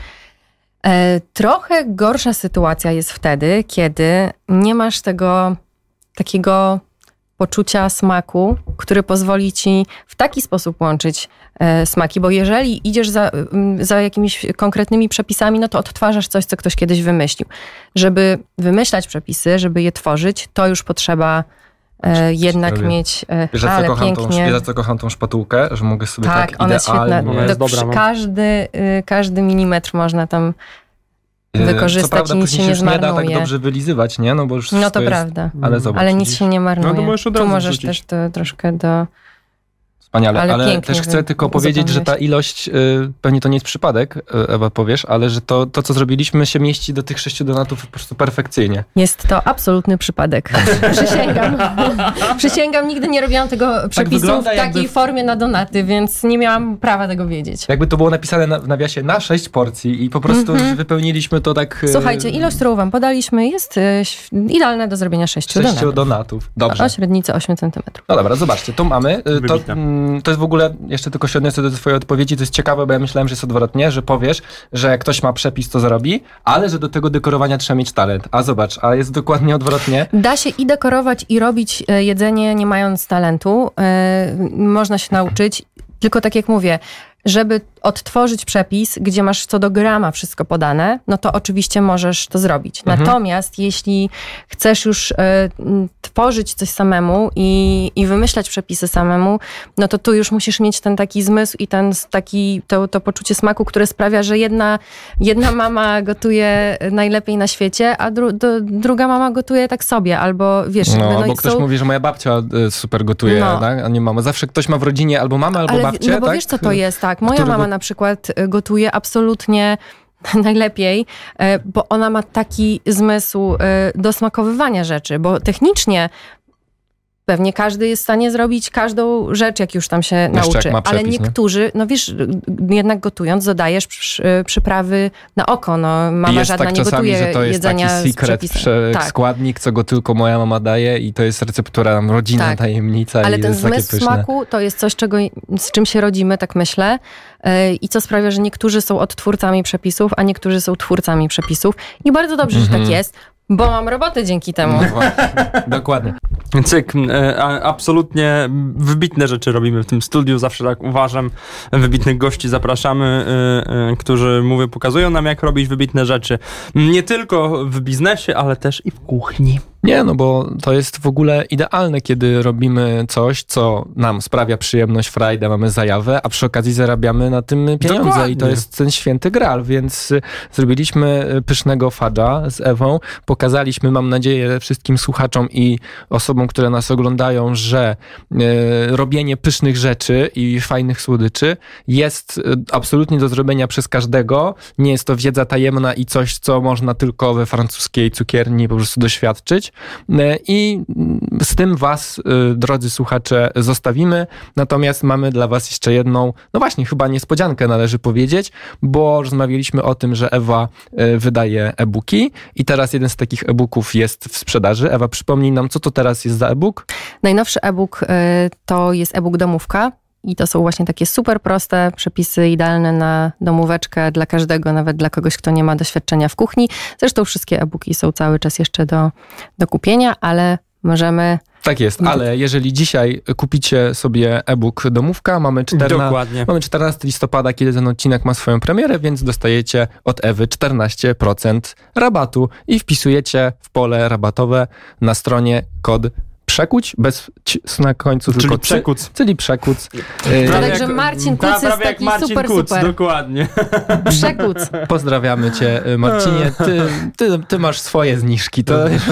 Trochę gorsza sytuacja jest wtedy, kiedy nie masz tego takiego poczucia smaku, który pozwoli ci w taki sposób łączyć smaki, bo jeżeli idziesz za jakimiś konkretnymi przepisami, no to odtwarzasz coś, co ktoś kiedyś wymyślił. Żeby wymyślać przepisy, żeby je tworzyć, to już potrzeba jednak mieć, Wiesz, ale pięknie. Wiesz, co kocham tą szpatułkę, że mogę sobie tak ona jest świetna. Ona jest dobra, Każdy milimetr można tam wykorzystać, co prawda, i nic się nie już zmarnuje. nie da tak dobrze wylizywać, nie? No bo już no to jest, prawda. Ale zobacz. Ale nic się nie marnuje. No to możesz od razu tu możesz wrzucić. też to troszkę do... Wspaniale, ale pięknie też chcę tylko powiedzieć, że ta ilość, pewnie to nie jest przypadek, Ewa, powiesz, ale że to, co zrobiliśmy, się mieści do tych 6 donatów po prostu perfekcyjnie. Jest to absolutny przypadek. Przysięgam. Przysięgam, nigdy nie robiłam tego przepisu w takiej formie na donaty, więc nie miałam prawa tego wiedzieć. Jakby to było napisane w nawiasie na 6 porcji i po prostu wypełniliśmy to tak... Słuchajcie, ilość, którą wam podaliśmy, jest idealna do zrobienia 6 donatów. Dobrze. O średnicy 8 cm. No dobra, zobaczcie, tu mamy. To jest w ogóle, jeszcze tylko się odniosę do twojej odpowiedzi, to jest ciekawe, bo ja myślałem, że jest odwrotnie, że powiesz, że jak ktoś ma przepis, to zrobi, ale że do tego dekorowania trzeba mieć talent. A zobacz, a jest dokładnie odwrotnie. Da się i dekorować, i robić jedzenie nie mając talentu. Można się nauczyć, tylko tak jak mówię, żeby odtworzyć przepis, gdzie masz co do grama wszystko podane, no to oczywiście możesz to zrobić. Natomiast jeśli chcesz już tworzyć coś samemu i wymyślać przepisy samemu, no to tu już musisz mieć ten taki zmysł i to poczucie smaku, które sprawia, że jedna mama gotuje najlepiej na świecie, a druga mama gotuje tak sobie, albo wiesz... bo ktoś mówi, że moja babcia super gotuje, tak? A nie mama. Zawsze ktoś ma w rodzinie albo mamę, albo babcię, no bo tak? wiesz, co to jest, tak? Moja mama na przykład gotuje absolutnie najlepiej, bo ona ma taki zmysł do smakowywania rzeczy, bo technicznie pewnie każdy jest w stanie zrobić każdą rzecz, jak już tam się nauczy. Ale niektórzy, no wiesz, jednak gotując dodajesz przyprawy na oko. No, mama żadna tak nie czasami, gotuje że to jest jedzenia taki secret składnik, co go tylko moja mama daje i to jest receptura nam rodzinna tajemnica. Ale i ten jest takie zmysł pyszne. smaku to jest coś, z czym się rodzimy, tak myślę. I co sprawia, że niektórzy są odtwórcami przepisów, a niektórzy są twórcami przepisów. I bardzo dobrze, że tak jest, bo mam robotę dzięki temu. No właśnie, dokładnie. Cyk, absolutnie wybitne rzeczy robimy w tym studiu, zawsze tak uważam. Wybitnych gości zapraszamy, którzy, pokazują nam, jak robić wybitne rzeczy. Nie tylko w biznesie, ale też i w kuchni. Nie, no bo to jest w ogóle idealne, kiedy robimy coś, co nam sprawia przyjemność, frajdę, mamy zajawę, a przy okazji zarabiamy na tym pieniądze. Dokładnie. I to jest ten święty gral, więc zrobiliśmy pysznego fudge'a z Ewą, pokazaliśmy, mam nadzieję, wszystkim słuchaczom i osobom, które nas oglądają, że robienie pysznych rzeczy i fajnych słodyczy jest absolutnie do zrobienia przez każdego. Nie jest to wiedza tajemna i coś, co można tylko we francuskiej cukierni po prostu doświadczyć. I z tym was, drodzy słuchacze, zostawimy. Natomiast mamy dla was jeszcze jedną, no właśnie, chyba niespodziankę należy powiedzieć, bo rozmawialiśmy o tym, że Ewa wydaje e-booki i teraz jeden z takich e-booków jest w sprzedaży. Ewa, przypomnij nam, co to teraz jest za e-book? Najnowszy e-book to jest e-book Domówka. I to są właśnie takie super proste przepisy, idealne na domóweczkę dla każdego, nawet dla kogoś, kto nie ma doświadczenia w kuchni. Zresztą wszystkie e-booki są cały czas jeszcze do kupienia, ale możemy... Tak jest, ale jeżeli dzisiaj kupicie sobie e-book Domówka, mamy 14 listopada, kiedy ten odcinek ma swoją premierę, więc dostajecie od Ewy 14% rabatu i wpisujecie w pole rabatowe na stronie kod przekuć, bez na końcu, czyli tylko przekuc. Czyli przekuc. Także Marcin Kuc jest taki Marcin Kuc, super. Dokładnie. Przekuc. Pozdrawiamy cię, Marcinie. Ty masz swoje zniżki.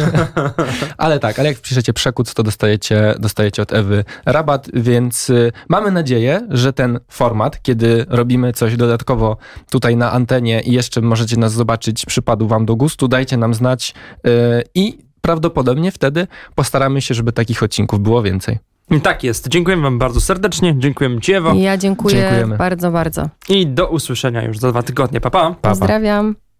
Ale jak wpiszecie przekuc, to dostajecie od Ewy rabat, więc mamy nadzieję, że ten format, kiedy robimy coś dodatkowo tutaj na antenie i jeszcze możecie nas zobaczyć, przypadł wam do gustu, dajcie nam znać i prawdopodobnie wtedy postaramy się, żeby takich odcinków było więcej. Tak jest. Dziękujemy wam bardzo serdecznie. Dziękujemy ci, Ewo. Ja dziękuję bardzo, bardzo. I do usłyszenia już za 2 tygodnie. Pa, pa. Pozdrawiam.